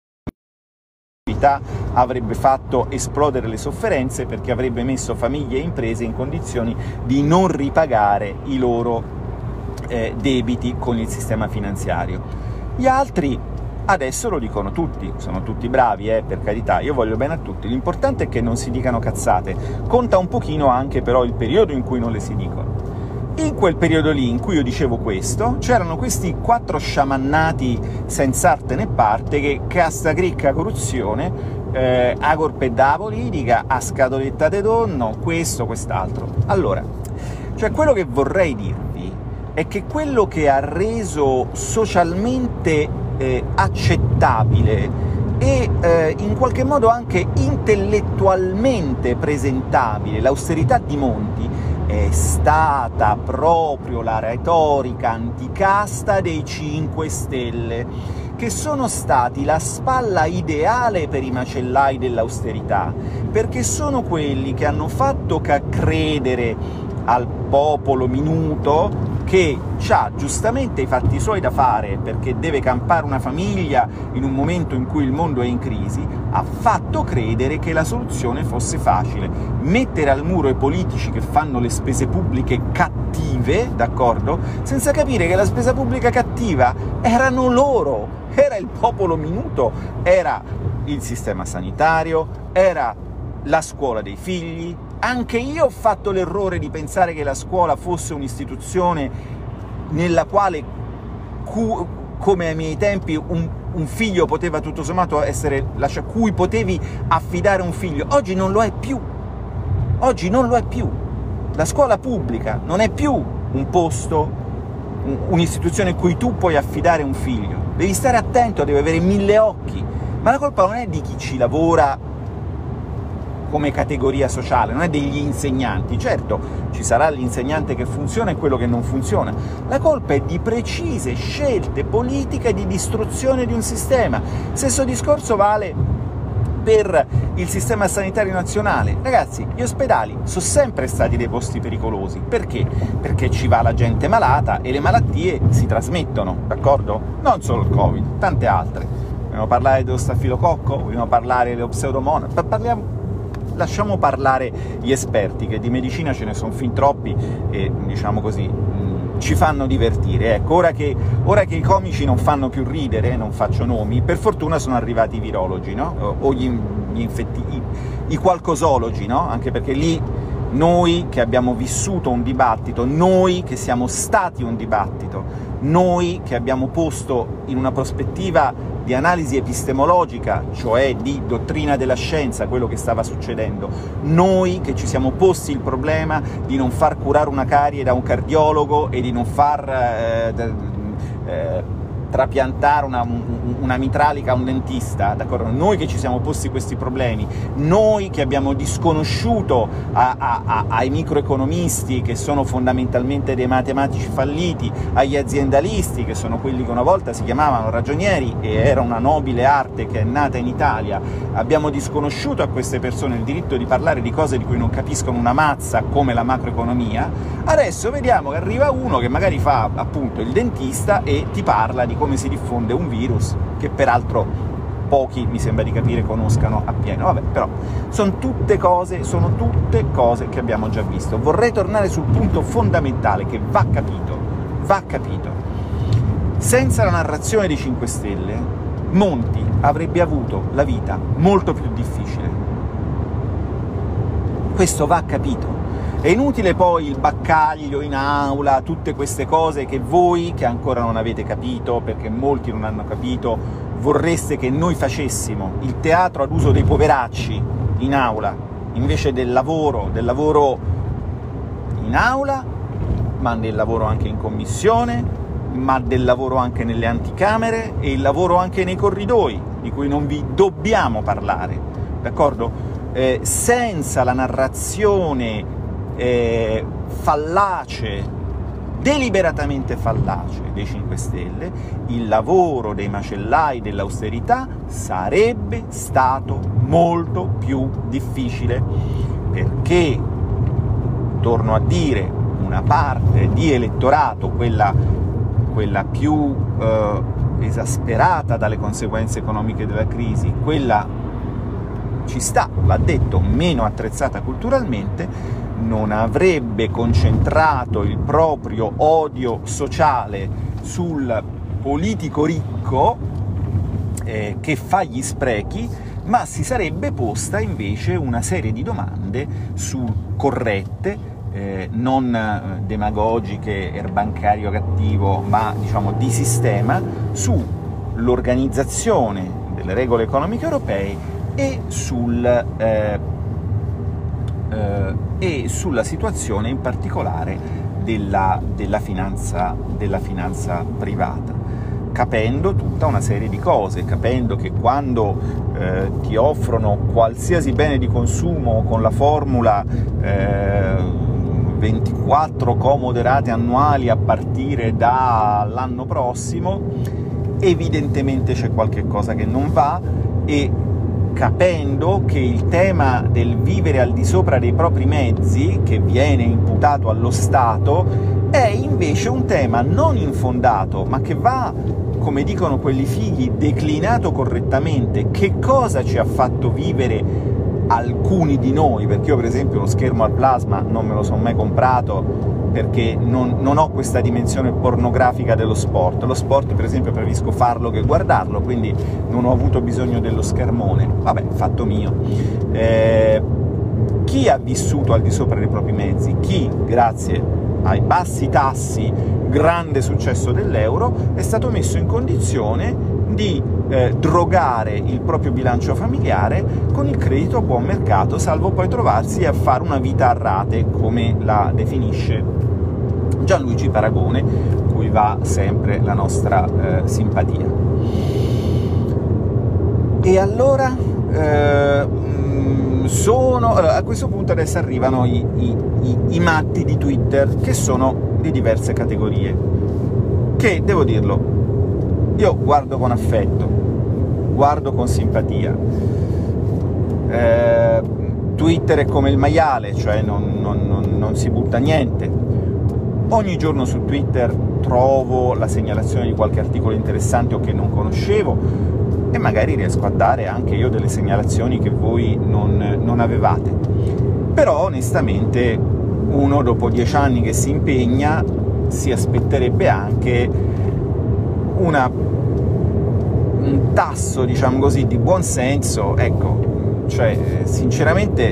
avrebbe fatto esplodere le sofferenze, perché avrebbe messo famiglie e imprese in condizioni di non ripagare i loro eh, debiti con il sistema finanziario. Gli altri adesso lo dicono tutti, sono tutti bravi, eh, per carità, io voglio bene a tutti, l'importante è che non si dicano cazzate, conta un pochino anche però il periodo in cui non le si dicono. In quel periodo lì in cui io dicevo questo, c'erano questi quattro sciamannati senza arte né parte che casta cricca corruzione, eh, a colpe da politica, a scatoletta de tonno, questo, quest'altro. Allora, cioè quello che vorrei dirvi è che quello che ha reso socialmente eh, accettabile e eh, in qualche modo anche intellettualmente presentabile l'austerità di Monti è stata proprio la retorica anticasta dei cinque Stelle, che sono stati la spalla ideale per i macellai dell'austerità, perché sono quelli che hanno fatto credere al popolo minuto che ha giustamente i fatti suoi da fare perché deve campare una famiglia in un momento in cui il mondo è in crisi, ha fatto credere che la soluzione fosse facile: mettere al muro i politici che fanno le spese pubbliche cattive, d'accordo? Senza capire che la spesa pubblica cattiva erano loro, era il popolo minuto, era il sistema sanitario, era la scuola dei figli. Anche io ho fatto l'errore di pensare che la scuola fosse un'istituzione nella quale, come ai miei tempi, un, un figlio poteva tutto sommato essere, cioè, cui potevi affidare un figlio. Oggi non lo è più. Oggi non lo è più. La scuola pubblica non è più un posto, un'istituzione in cui tu puoi affidare un figlio. Devi stare attento, devi avere mille occhi. Ma la colpa non è di chi ci lavora come categoria sociale, non è degli insegnanti. Certo, ci sarà l'insegnante che funziona e quello che non funziona. La colpa è di precise scelte politiche di distruzione di un sistema. Stesso discorso vale per il sistema sanitario nazionale. Ragazzi, gli ospedali sono sempre stati dei posti pericolosi. Perché? Perché ci va la gente malata e le malattie si trasmettono, d'accordo? Non solo il Covid, tante altre. Vogliamo parlare dello stafilococco? Vogliamo parlare dello pseudomonas? Parliamo... Lasciamo parlare gli esperti, che di medicina ce ne sono fin troppi e, diciamo così, mh, ci fanno divertire. Ecco, ora che, ora che i comici non fanno più ridere, non faccio nomi, per fortuna sono arrivati i virologi, no? O gli, gli infetti, i, i qualcosologi, no? Anche perché lì noi che abbiamo vissuto un dibattito, noi che siamo stati un dibattito, noi che abbiamo posto in una prospettiva di analisi epistemologica, cioè di dottrina della scienza, quello che stava succedendo, noi che ci siamo posti il problema di non far curare una carie da un cardiologo e di non far eh, eh, trapiantare una, una mitralica a un dentista, d'accordo? Noi che ci siamo posti questi problemi, noi che abbiamo disconosciuto a, a, a, ai microeconomisti, che sono fondamentalmente dei matematici falliti, agli aziendalisti, che sono quelli che una volta si chiamavano ragionieri e era una nobile arte che è nata in Italia, abbiamo disconosciuto a queste persone il diritto di parlare di cose di cui non capiscono una mazza, come la macroeconomia. Adesso vediamo che arriva uno che magari fa appunto il dentista e ti parla di come si diffonde un virus, che peraltro pochi, mi sembra di capire, conoscano appieno. Vabbè, però sono tutte cose, sono tutte cose che abbiamo già visto. Vorrei tornare sul punto fondamentale che va capito, va capito. Senza la narrazione dei cinque Stelle, Monti avrebbe avuto la vita molto più difficile. Questo va capito. È inutile poi il baccaglio in aula, tutte queste cose che voi, che ancora non avete capito, perché molti non hanno capito, vorreste che noi facessimo. Il teatro ad uso dei poveracci in aula, invece del lavoro, del lavoro in aula, ma del lavoro anche in commissione, ma del lavoro anche nelle anticamere e il lavoro anche nei corridoi, di cui non vi dobbiamo parlare, d'accordo? Eh, senza la narrazione Eh, fallace, deliberatamente fallace dei cinque Stelle, il lavoro dei macellai dell'austerità sarebbe stato molto più difficile, perché, torno a dire, una parte di elettorato, quella, quella più eh, esasperata dalle conseguenze economiche della crisi, quella, ci sta, va detto, meno attrezzata culturalmente, non avrebbe concentrato il proprio odio sociale sul politico ricco eh, che fa gli sprechi, ma si sarebbe posta invece una serie di domande su corrette, eh, non demagogiche, erbancario cattivo, ma diciamo di sistema, sull'organizzazione delle regole economiche europee e sul eh, Uh, e sulla situazione in particolare della, della, finanza, della finanza privata, capendo tutta una serie di cose, capendo che quando eh, ti offrono qualsiasi bene di consumo con la formula eh, ventiquattro comode rate annuali a partire dall'anno prossimo, evidentemente c'è qualche cosa che non va, e capendo che il tema del vivere al di sopra dei propri mezzi, che viene imputato allo Stato, è invece un tema non infondato, ma che va, come dicono quelli fighi, declinato correttamente. Che cosa ci ha fatto vivere alcuni di noi? Perché io, per esempio, uno schermo al plasma non me lo sono mai comprato, perché non, non ho questa dimensione pornografica dello sport. Lo sport, per esempio, preferisco farlo che guardarlo, quindi non ho avuto bisogno dello schermone. Vabbè, fatto mio. Eh, chi ha vissuto al di sopra dei propri mezzi, chi, grazie ai bassi tassi, grande successo dell'euro, è stato messo in condizione di eh, drogare il proprio bilancio familiare con il credito a buon mercato, salvo poi trovarsi a fare una vita a rate, come la definisce Gianluigi Paragone, cui va sempre la nostra eh, simpatia. E allora eh, sono allora, a questo punto adesso arrivano i, i, i, i matti di Twitter, che sono di diverse categorie, che, devo dirlo, io guardo con affetto, guardo con simpatia. Eh, Twitter è come il maiale, cioè non, non, non, non si butta niente. Ogni giorno su Twitter trovo la segnalazione di qualche articolo interessante o che non conoscevo, e magari riesco a dare anche io delle segnalazioni che voi non, non avevate. Però onestamente uno, dopo dieci anni che si impegna, si aspetterebbe anche una, un tasso, diciamo così, di buonsenso. Ecco, cioè sinceramente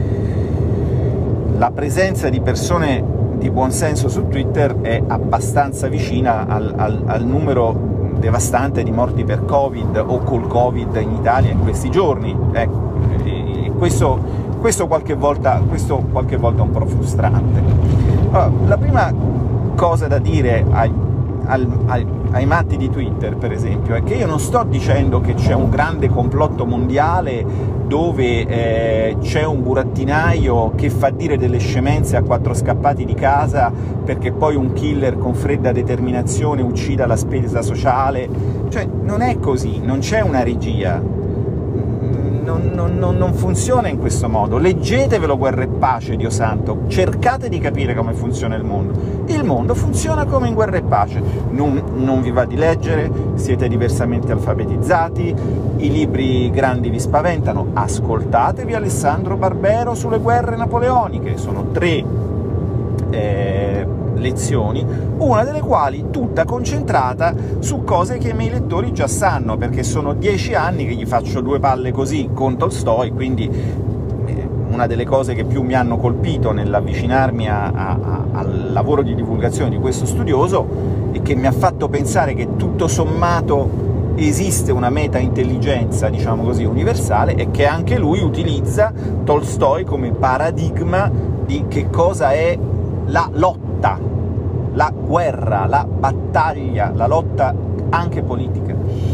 la presenza di persone di buonsenso su Twitter è abbastanza vicina al, al, al numero devastante di morti per Covid o col Covid in Italia in questi giorni. Ecco, e questo, questo, qualche volta, questo qualche volta è un po' frustrante. Allora, la prima cosa da dire ai, ai, ai, ai matti di Twitter, per esempio, è che io non sto dicendo che c'è un grande complotto mondiale dove eh, c'è un burattinaio che fa dire delle scemenze a quattro scappati di casa perché poi un killer con fredda determinazione uccida la spesa sociale. Cioè, non è così, non c'è una regia, non, non, non, non funziona in questo modo. Leggetevelo Guerra e Pace, Dio santo, cercate di capire come funziona il mondo. Il mondo funziona come in Guerra e Pace, non, non vi va di leggere, siete diversamente alfabetizzati, i libri grandi vi spaventano, ascoltatevi Alessandro Barbero sulle guerre napoleoniche, sono tre eh, lezioni, una delle quali tutta concentrata su cose che i miei lettori già sanno, perché sono dieci anni che gli faccio due palle così con Tolstoi, quindi una delle cose che più mi hanno colpito nell'avvicinarmi a, a, a, al lavoro di divulgazione di questo studioso e che mi ha fatto pensare che tutto sommato esiste una meta-intelligenza, diciamo così, universale, e che anche lui utilizza Tolstoi come paradigma di che cosa è la lotta, la guerra, la battaglia, la lotta anche politica.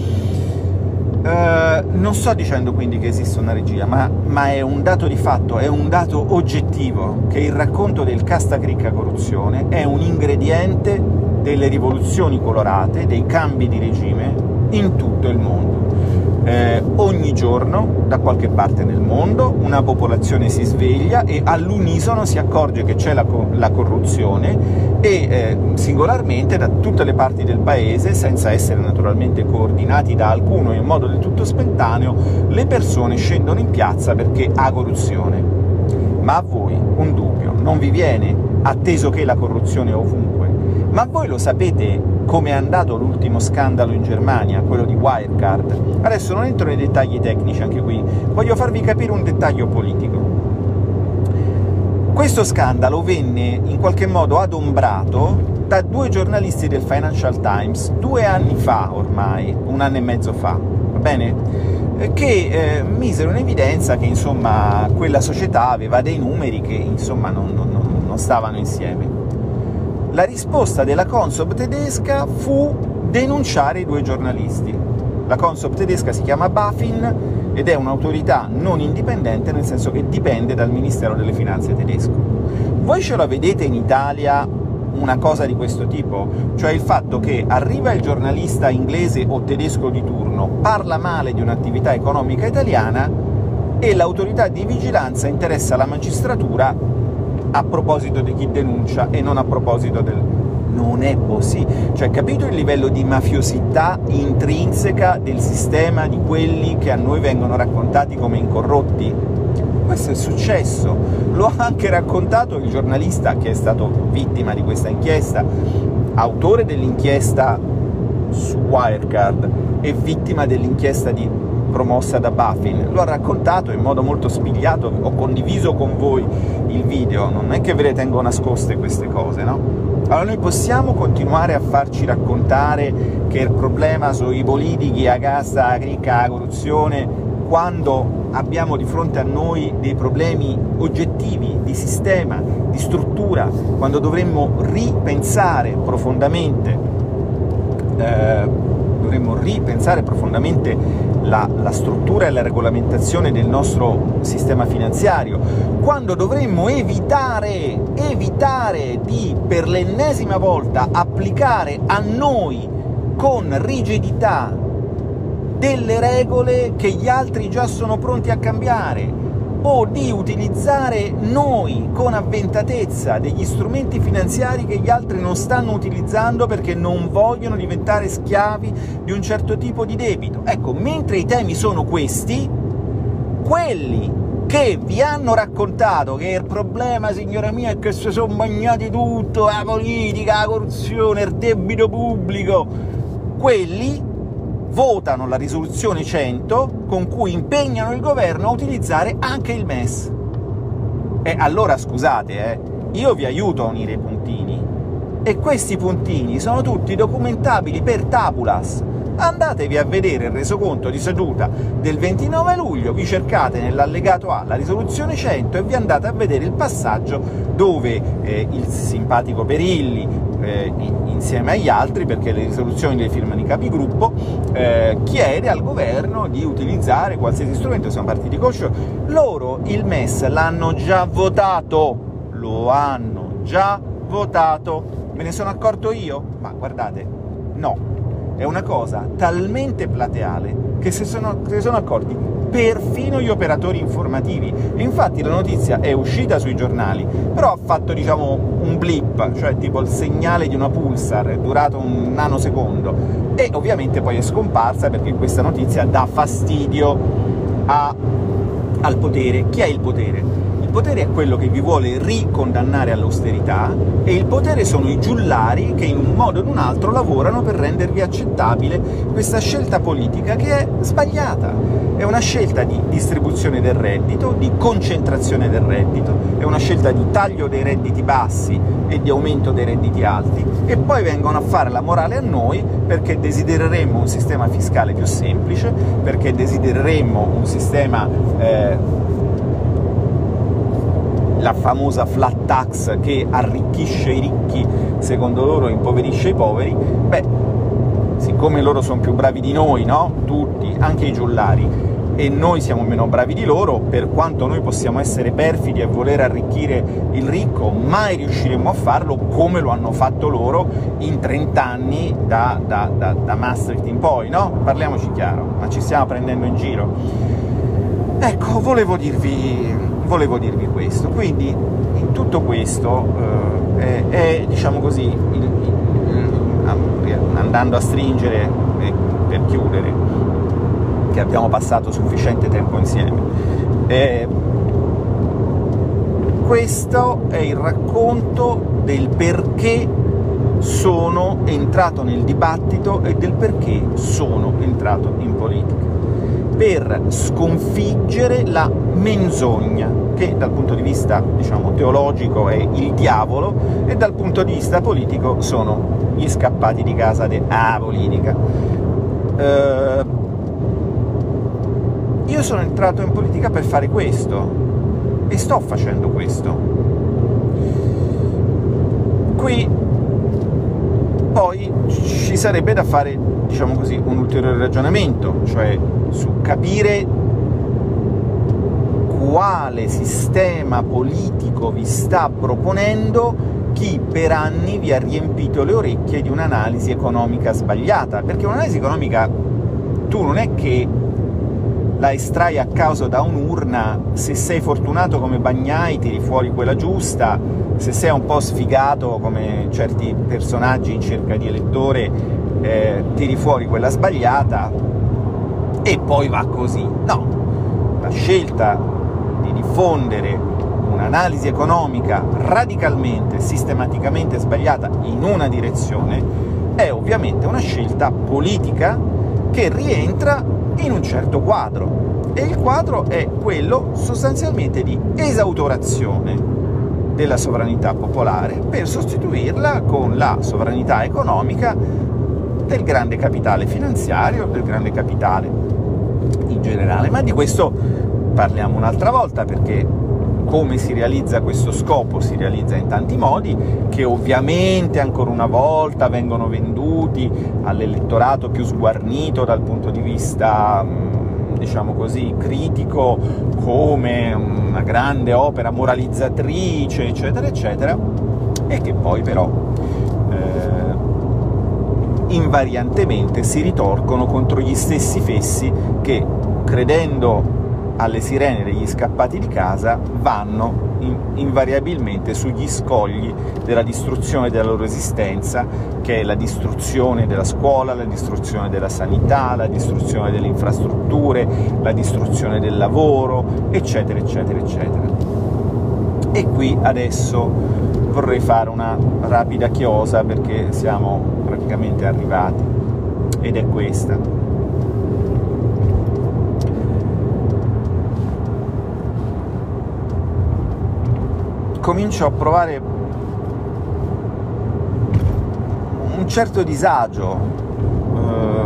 Uh, non sto dicendo quindi che esiste una regia, ma, ma è un dato di fatto, è un dato oggettivo, che il racconto del Castacricca corruzione è un ingrediente delle rivoluzioni colorate, dei cambi di regime in tutto il mondo. Eh, ogni giorno, da qualche parte nel mondo, una popolazione si sveglia e all'unisono si accorge che c'è la, la corruzione e eh, singolarmente da tutte le parti del paese, senza essere naturalmente coordinati da alcuno in modo del tutto spontaneo, le persone scendono in piazza perché ha corruzione. Ma a voi un dubbio non vi viene, atteso che la corruzione è ovunque? Ma voi lo sapete come è andato l'ultimo scandalo in Germania, quello di Wirecard? Adesso non entro nei dettagli tecnici, anche qui voglio farvi capire un dettaglio politico. Questo scandalo venne in qualche modo adombrato da due giornalisti del Financial Times due anni fa ormai, un anno e mezzo fa, va bene? Che eh, misero in evidenza che insomma quella società aveva dei numeri che insomma non, non, non stavano insieme. La risposta della Consob tedesca fu denunciare i due giornalisti. La Consob tedesca si chiama BaFin ed è un'autorità non indipendente, nel senso che dipende dal Ministero delle Finanze tedesco. Voi ce la vedete in Italia una cosa di questo tipo? Cioè il fatto che arriva il giornalista inglese o tedesco di turno, parla male di un'attività economica italiana e l'autorità di vigilanza interessa la magistratura a proposito di chi denuncia e non a proposito del... Non è possibile. Cioè, capito il livello di mafiosità intrinseca del sistema di quelli che a noi vengono raccontati come incorrotti? Questo è successo. Lo ha anche raccontato il giornalista che è stato vittima di questa inchiesta, autore dell'inchiesta su Wirecard e vittima dell'inchiesta di promossa da Buffin. Lo ha raccontato in modo molto spigliato, ho condiviso con voi il video, non è che ve le tengo nascoste queste cose, no? Allora noi possiamo continuare a farci raccontare che il problema sono i politici, la casta, la cricca, la corruzione, quando abbiamo di fronte a noi dei problemi oggettivi, di sistema, di struttura, quando dovremmo ripensare profondamente, eh, dovremmo ripensare profondamente la, la struttura e la regolamentazione del nostro sistema finanziario, quando dovremmo evitare, evitare di, per l'ennesima volta, applicare a noi con rigidità delle regole che gli altri già sono pronti a cambiare, o di utilizzare noi con avventatezza degli strumenti finanziari che gli altri non stanno utilizzando perché non vogliono diventare schiavi di un certo tipo di debito. Ecco, mentre i temi sono questi, quelli che vi hanno raccontato che il problema, signora mia, è che si sono bagnati tutto, la politica, la corruzione, il debito pubblico, quelli votano la risoluzione cento con cui impegnano il governo a utilizzare anche il M E S. E allora scusate, eh, io vi aiuto a unire i puntini, e questi puntini sono tutti documentabili per tabulas. Andatevi a vedere il resoconto di seduta del ventinove luglio, vi cercate nell'allegato A la risoluzione cento e vi andate a vedere il passaggio dove eh, il simpatico Perilli, eh, insieme agli altri, perché le risoluzioni le firmano i capigruppo, eh, chiede al governo di utilizzare qualsiasi strumento, sono partiti cosci. Loro il M E S l'hanno già votato, lo hanno già votato, me ne sono accorto io? Ma guardate, no. È una cosa talmente plateale che se sono, se sono accorti perfino gli operatori informativi. E infatti la notizia è uscita sui giornali, però ha fatto, diciamo, un blip, cioè tipo il segnale di una pulsar, è durato un nanosecondo, e ovviamente poi è scomparsa perché questa notizia dà fastidio a, al potere. Chi ha il potere? Il potere è quello che vi vuole ricondannare all'austerità, e il potere sono i giullari che in un modo o in un altro lavorano per rendervi accettabile questa scelta politica che è sbagliata. È una scelta di distribuzione del reddito, di concentrazione del reddito, è una scelta di taglio dei redditi bassi e di aumento dei redditi alti, e poi vengono a fare la morale a noi perché desidereremmo un sistema fiscale più semplice, perché desidereremmo un sistema eh, la famosa flat tax che arricchisce i ricchi, secondo loro impoverisce i poveri. Beh, siccome loro sono più bravi di noi, no? Tutti, anche i giullari, e noi siamo meno bravi di loro, per quanto noi possiamo essere perfidi e voler arricchire il ricco, mai riusciremo a farlo come lo hanno fatto loro in trent'anni da, da, da, da Maastricht in poi, no? Parliamoci chiaro, ma ci stiamo prendendo in giro. Ecco, volevo dirvi... volevo dirvi questo. Quindi in tutto questo eh, è, è, diciamo così, il, il, il, andando a stringere eh, per chiudere, che abbiamo passato sufficiente tempo insieme, eh, questo è il racconto del perché sono entrato nel dibattito e del perché sono entrato in politica, per sconfiggere la menzogna, che dal punto di vista, diciamo, teologico è il diavolo, e dal punto di vista politico sono gli scappati di casa della politica. Eh, io sono entrato in politica per fare questo, e sto facendo questo. Qui poi ci sarebbe da fare, diciamo così, un ulteriore ragionamento, cioè su capire quale sistema politico vi sta proponendo chi per anni vi ha riempito le orecchie di un'analisi economica sbagliata, perché un'analisi economica tu non è che la estrai a caso da un'urna, se sei fortunato come Bagnai tiri fuori quella giusta, se sei un po' sfigato come certi personaggi in cerca di elettore eh, tiri fuori quella sbagliata, e poi va così. No, la scelta di diffondere un'analisi economica radicalmente, sistematicamente sbagliata in una direzione è ovviamente una scelta politica che rientra in un certo quadro, e il quadro è quello sostanzialmente di esautorazione della sovranità popolare per sostituirla con la sovranità economica del grande capitale finanziario, del grande capitale in generale. Ma di questo parliamo un'altra volta, perché come si realizza questo scopo? Si realizza in tanti modi, che ovviamente ancora una volta vengono venduti all'elettorato più sguarnito dal punto di vista, diciamo così, critico, come una grande opera moralizzatrice, eccetera, eccetera, e che poi però eh, invariantemente si ritorcono contro gli stessi fessi che, credendo alle sirene degli scappati di casa, vanno in, invariabilmente sugli scogli della distruzione della loro esistenza, che è la distruzione della scuola, la distruzione della sanità, la distruzione delle infrastrutture, la distruzione del lavoro, eccetera, eccetera, eccetera. E qui adesso vorrei fare una rapida chiosa, perché siamo praticamente arrivati, ed è questa. Comincio a provare un certo disagio eh,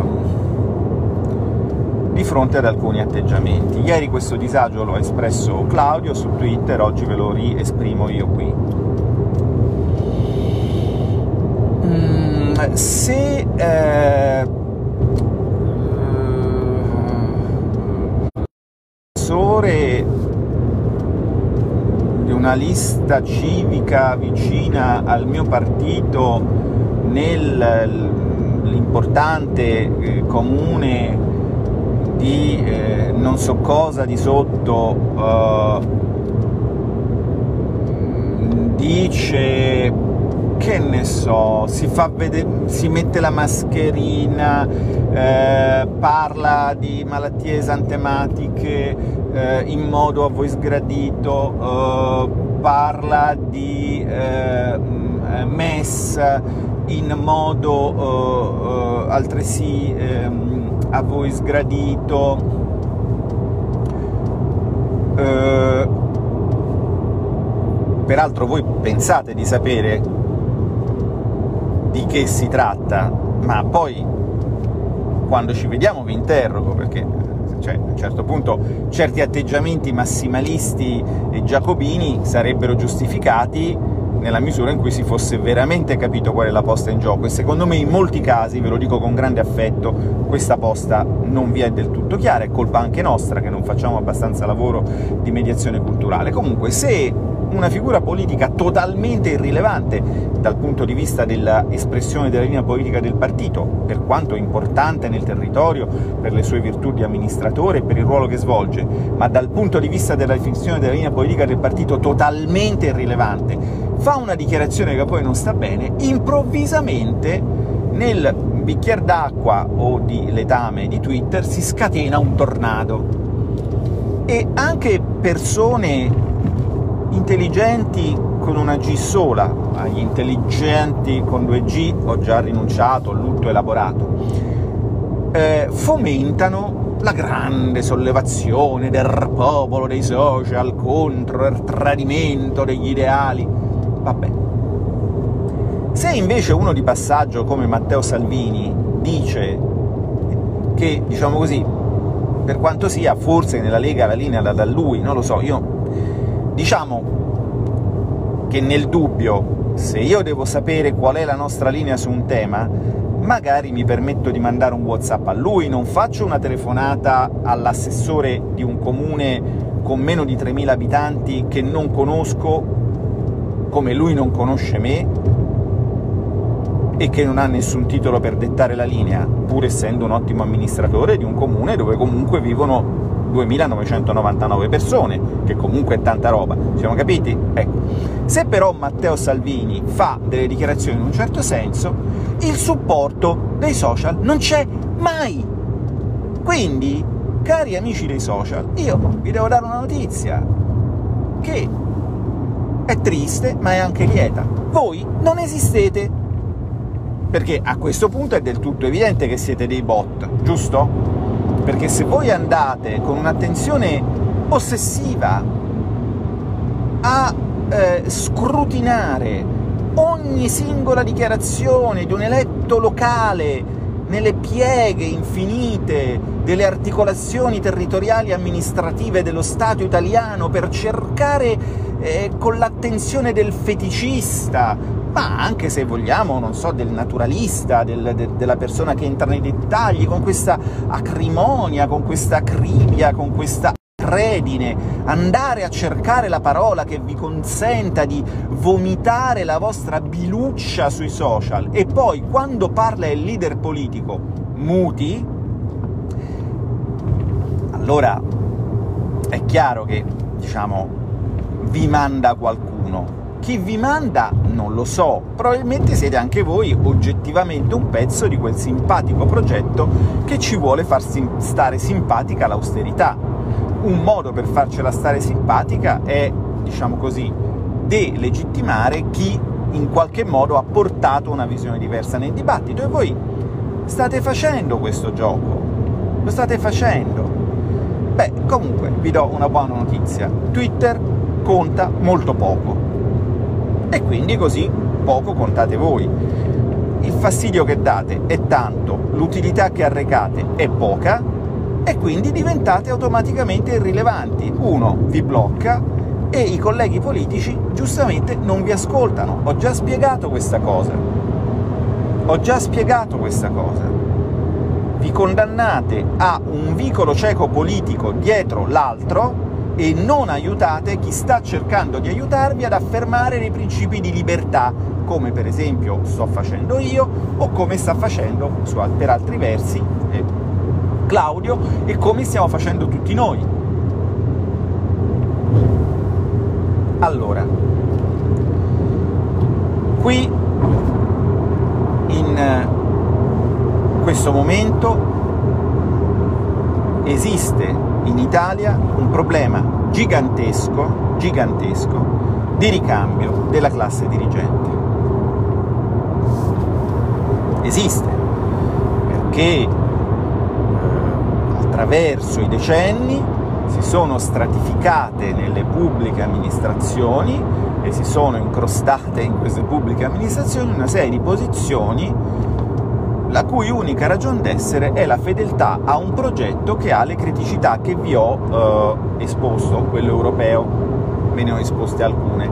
di fronte ad alcuni atteggiamenti. Ieri questo disagio l'ho espresso Claudio su Twitter, oggi ve lo riesprimo io qui. Mm, se eh, una lista civica vicina al mio partito nell'importante eh, comune di eh, non so cosa di sotto eh, dice, che ne so, si fa vedere, si mette la mascherina, eh, parla di malattie esantematiche eh, in modo a voi sgradito, eh, parla di eh, M E S in modo eh, eh, altresì eh, a voi sgradito, eh, peraltro voi pensate di sapere di che si tratta, ma poi quando ci vediamo vi interrogo, perché cioè, a un certo punto certi atteggiamenti massimalisti e giacobini sarebbero giustificati nella misura in cui si fosse veramente capito qual è la posta in gioco, e secondo me in molti casi, ve lo dico con grande affetto, questa posta non vi è del tutto chiara. È colpa anche nostra che non facciamo abbastanza lavoro di mediazione culturale. Comunque, se una figura politica totalmente irrilevante dal punto di vista dell'espressione della linea politica del partito, per quanto importante nel territorio, per le sue virtù di amministratore e per il ruolo che svolge, ma dal punto di vista della definizione della linea politica del partito totalmente irrilevante, fa una dichiarazione che poi non sta bene, improvvisamente nel bicchiere d'acqua o di letame di Twitter si scatena un tornado, e anche persone intelligenti con una G sola, agli intelligenti con due G ho già rinunciato, lutto elaborato, eh, fomentano la grande sollevazione del popolo, dei social, contro il tradimento degli ideali. Vabbè. Se invece uno di passaggio come Matteo Salvini dice che, diciamo così, per quanto sia, forse nella Lega la linea la dà lui, non lo so, io diciamo che nel dubbio, se io devo sapere qual è la nostra linea su un tema, magari mi permetto di mandare un WhatsApp a lui, non faccio una telefonata all'assessore di un comune con meno di tremila abitanti che non conosco, come lui non conosce me, e che non ha nessun titolo per dettare la linea, pur essendo un ottimo amministratore di un comune dove comunque vivono duemilanovecentonovantanove persone, che comunque è tanta roba, ci siamo capiti? Ecco. Se però Matteo Salvini fa delle dichiarazioni in un certo senso, il supporto dei social non c'è mai! Quindi, cari amici dei social, io vi devo dare una notizia, che è triste, ma è anche lieta. Voi non esistete! Perché a questo punto è del tutto evidente che siete dei bot, giusto? perché se voi andate con un'attenzione ossessiva a eh, scrutinare ogni singola dichiarazione di un eletto locale nelle pieghe infinite delle articolazioni territoriali amministrative dello Stato italiano per cercare eh, con l'attenzione del feticista, ma anche, se vogliamo, non so, del naturalista, del, de, della persona che entra nei dettagli, con questa acrimonia, con questa acribia, con questa redine, andare a cercare la parola che vi consenta di vomitare la vostra biluccia sui social, e poi, quando parla il leader politico, muti, allora è chiaro che, diciamo, vi manda qualcuno. Chi vi manda non lo so, probabilmente siete anche voi oggettivamente un pezzo di quel simpatico progetto che ci vuole far sim- stare simpatica l'austerità. Un modo per farcela stare simpatica è, diciamo così, delegittimare chi in qualche modo ha portato una visione diversa nel dibattito, e voi state facendo questo gioco, lo state facendo. Beh, comunque, vi do una buona notizia: Twitter conta molto poco, e quindi così poco contate voi. Il fastidio che date è tanto, l'utilità che arrecate è poca, e quindi diventate automaticamente irrilevanti. Uno vi blocca e i colleghi politici giustamente non vi ascoltano. Ho già spiegato questa cosa. Ho già spiegato questa cosa. Vi condannate a un vicolo cieco politico dietro l'altro e non aiutate chi sta cercando di aiutarvi ad affermare dei principi di libertà, come per esempio sto facendo io, o come sta facendo, per altri versi, eh, Claudio, e come stiamo facendo tutti noi. Allora, qui in questo momento esiste in Italia un problema gigantesco, gigantesco di ricambio della classe dirigente. Esiste, perché attraverso i decenni si sono stratificate nelle pubbliche amministrazioni e si sono incrostate in queste pubbliche amministrazioni una serie di posizioni la cui unica ragion d'essere è la fedeltà a un progetto che ha le criticità che vi ho eh, esposto, quello europeo. Ve ne ho esposte alcune.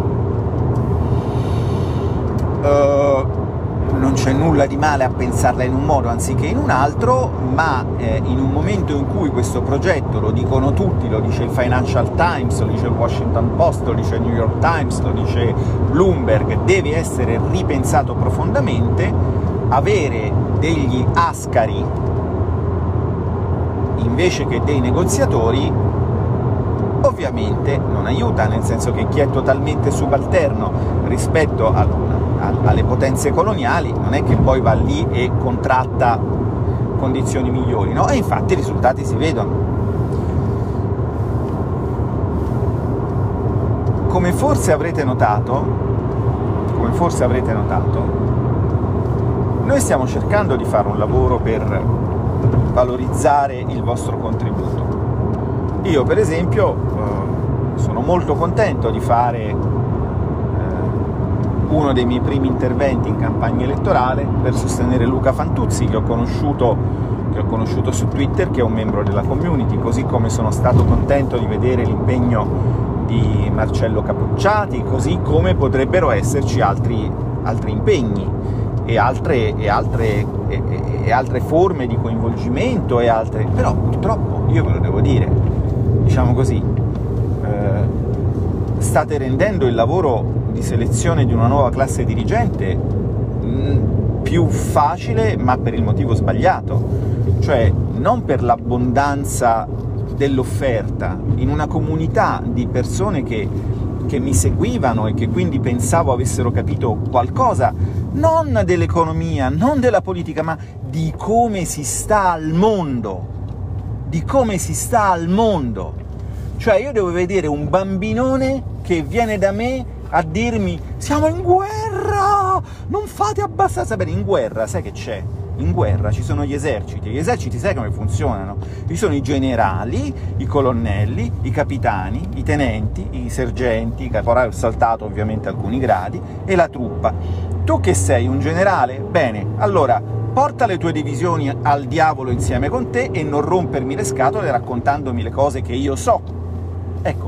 Uh, non c'è nulla di male a pensarla in un modo anziché in un altro, ma eh, in un momento in cui questo progetto, lo dicono tutti, lo dice il Financial Times, lo dice il Washington Post, lo dice il New York Times, lo dice Bloomberg, deve essere ripensato profondamente, avere degli ascari invece che dei negoziatori ovviamente non aiuta, nel senso che chi è totalmente subalterno rispetto a, a, alle potenze coloniali non è che poi va lì e contratta condizioni migliori, no? E infatti i risultati si vedono. Come forse avrete notato, come forse avrete notato, noi stiamo cercando di fare un lavoro per valorizzare il vostro contributo. Io, per esempio, eh, sono molto contento di fare eh, uno dei miei primi interventi in campagna elettorale per sostenere Luca Fantuzzi, che ho conosciuto, che ho conosciuto su Twitter, che è un membro della community, così come sono stato contento di vedere l'impegno di Marcello Cappucciati, così come potrebbero esserci altri, altri impegni e altre, e, altre, e, e altre forme di coinvolgimento, e altre, però purtroppo, io ve lo devo dire, diciamo così, eh, state rendendo il lavoro di selezione di una nuova classe dirigente mh, più facile, ma per il motivo sbagliato, cioè non per l'abbondanza dell'offerta. In una comunità di persone che, che mi seguivano e che quindi pensavo avessero capito qualcosa, non dell'economia, non della politica, ma di come si sta al mondo, di come si sta al mondo. Cioè io devo vedere un bambinone che viene da me a dirmi: siamo in guerra, non fate abbastanza bene. In guerra, sai che c'è? In guerra ci sono gli eserciti, gli eserciti sai come funzionano? Ci sono i generali, i colonnelli, i capitani, i tenenti, i sergenti, i caporali, ho saltato ovviamente alcuni gradi, e la truppa. Tu che sei un generale? Bene, allora porta le tue divisioni al diavolo insieme con te e non rompermi le scatole raccontandomi le cose che io so. Ecco,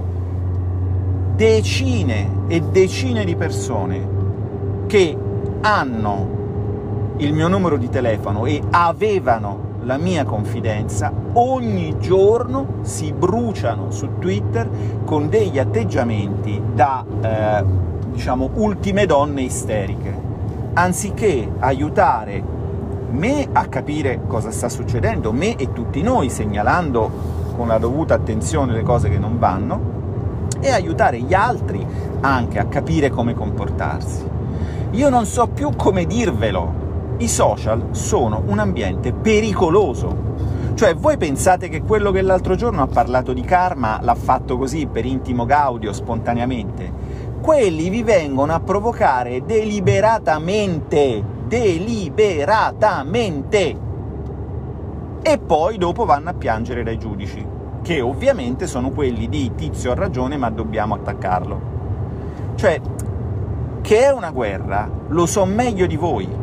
decine e decine di persone che hanno il mio numero di telefono e avevano la mia confidenza, ogni giorno si bruciano su Twitter con degli atteggiamenti da, eh, diciamo, ultime donne isteriche, anziché aiutare me a capire cosa sta succedendo, me e tutti noi, segnalando con la dovuta attenzione le cose che non vanno, e aiutare gli altri anche a capire come comportarsi. Io non so più come dirvelo. I social sono un ambiente pericoloso. Cioè, voi pensate che quello che l'altro giorno ha parlato di karma l'ha fatto così, per intimo gaudio, spontaneamente? Quelli vi vengono a provocare deliberatamente, deliberatamente! E poi dopo vanno a piangere dai giudici, che ovviamente sono quelli di Tizio ha ragione ma dobbiamo attaccarlo. Cioè, che è una guerra, lo so meglio di voi.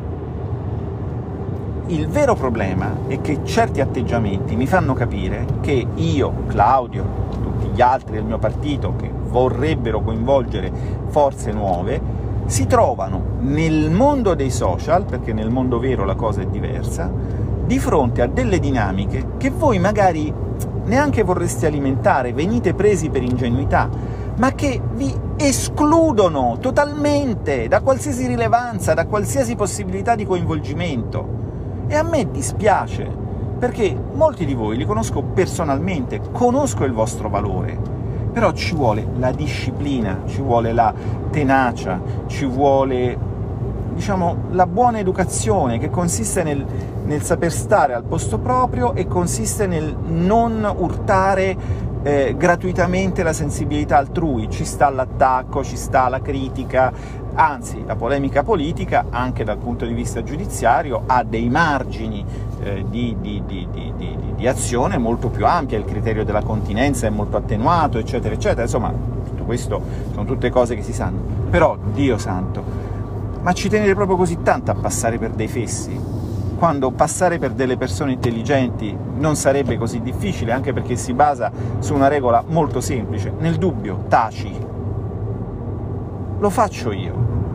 Il vero problema è che certi atteggiamenti mi fanno capire che io, Claudio, tutti gli altri del mio partito che vorrebbero coinvolgere forze nuove, si trovano nel mondo dei social, perché nel mondo vero la cosa è diversa, di fronte a delle dinamiche che voi magari neanche vorreste alimentare, venite presi per ingenuità, ma che vi escludono totalmente da qualsiasi rilevanza, da qualsiasi possibilità di coinvolgimento. E a me dispiace, perché molti di voi li conosco personalmente, conosco il vostro valore, però ci vuole la disciplina, ci vuole la tenacia, ci vuole, diciamo, la buona educazione, che consiste nel, nel saper stare al posto proprio e consiste nel non urtare eh, gratuitamente la sensibilità altrui. Ci sta l'attacco, ci sta la critica, anzi, la polemica politica, anche dal punto di vista giudiziario, ha dei margini eh, di, di, di, di, di, di azione molto più ampia, il criterio della continenza è molto attenuato, eccetera, eccetera. Insomma, tutto questo sono tutte cose che si sanno. Però, Dio santo, ma ci tenete proprio così tanto a passare per dei fessi? Quando passare per delle persone intelligenti non sarebbe così difficile, anche perché si basa su una regola molto semplice: nel dubbio taci. Lo faccio io,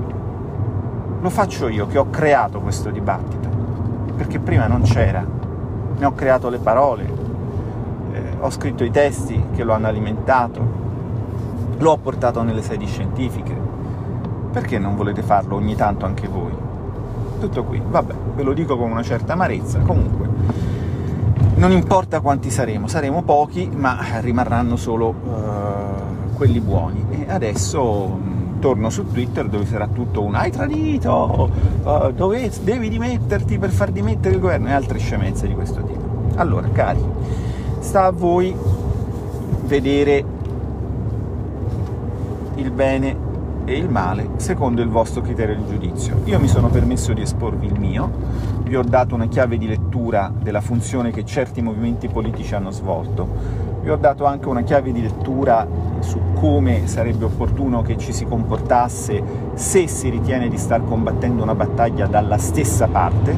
lo faccio io che ho creato questo dibattito, perché prima non c'era, ne ho creato le parole, eh, ho scritto i testi che lo hanno alimentato, lo ho portato nelle sedi scientifiche. Perché non volete farlo ogni tanto anche voi? Tutto qui, vabbè, ve lo dico con una certa amarezza. Comunque, non importa quanti saremo, saremo pochi, ma rimarranno solo uh, quelli buoni. E adesso torno su Twitter, dove sarà tutto un hai tradito, uh, dove devi dimetterti per far dimettere il governo e altre scemenze di questo tipo. Allora, cari, sta a voi vedere il bene e il male secondo il vostro criterio di giudizio. Io mi sono permesso di esporvi il mio, vi ho dato una chiave di lettura della funzione che certi movimenti politici hanno svolto, vi ho dato anche una chiave di lettura su come sarebbe opportuno che ci si comportasse se si ritiene di star combattendo una battaglia dalla stessa parte,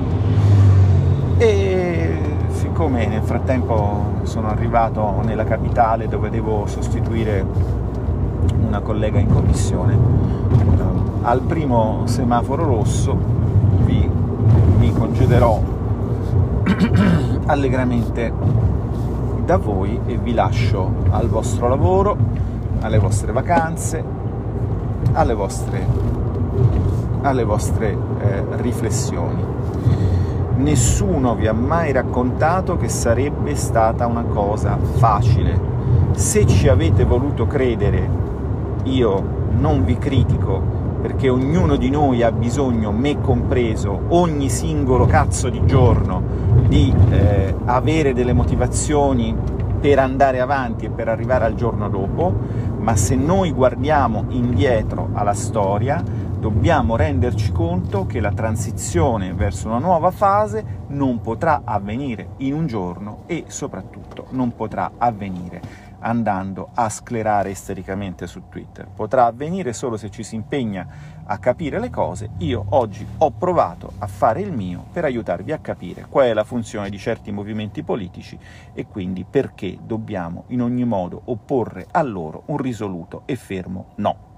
e siccome nel frattempo sono arrivato nella capitale dove devo sostituire una collega in commissione, al primo semaforo rosso vi, mi concederò allegramente da voi e vi lascio al vostro lavoro, alle vostre vacanze, alle vostre, alle vostre eh, riflessioni. Nessuno vi ha mai raccontato che sarebbe stata una cosa facile. Se ci avete voluto credere, io non vi critico, perché ognuno di noi ha bisogno, me compreso, ogni singolo cazzo di giorno, di eh, avere delle motivazioni per andare avanti e per arrivare al giorno dopo, ma se noi guardiamo indietro alla storia, Dobbiamo renderci conto che la transizione verso una nuova fase non potrà avvenire in un giorno e soprattutto non potrà avvenire andando a sclerare istericamente su Twitter. Potrà avvenire solo se ci si impegna a capire le cose. Io oggi ho provato a fare il mio per aiutarvi a capire qual è la funzione di certi movimenti politici e quindi perché dobbiamo in ogni modo opporre a loro un risoluto e fermo no.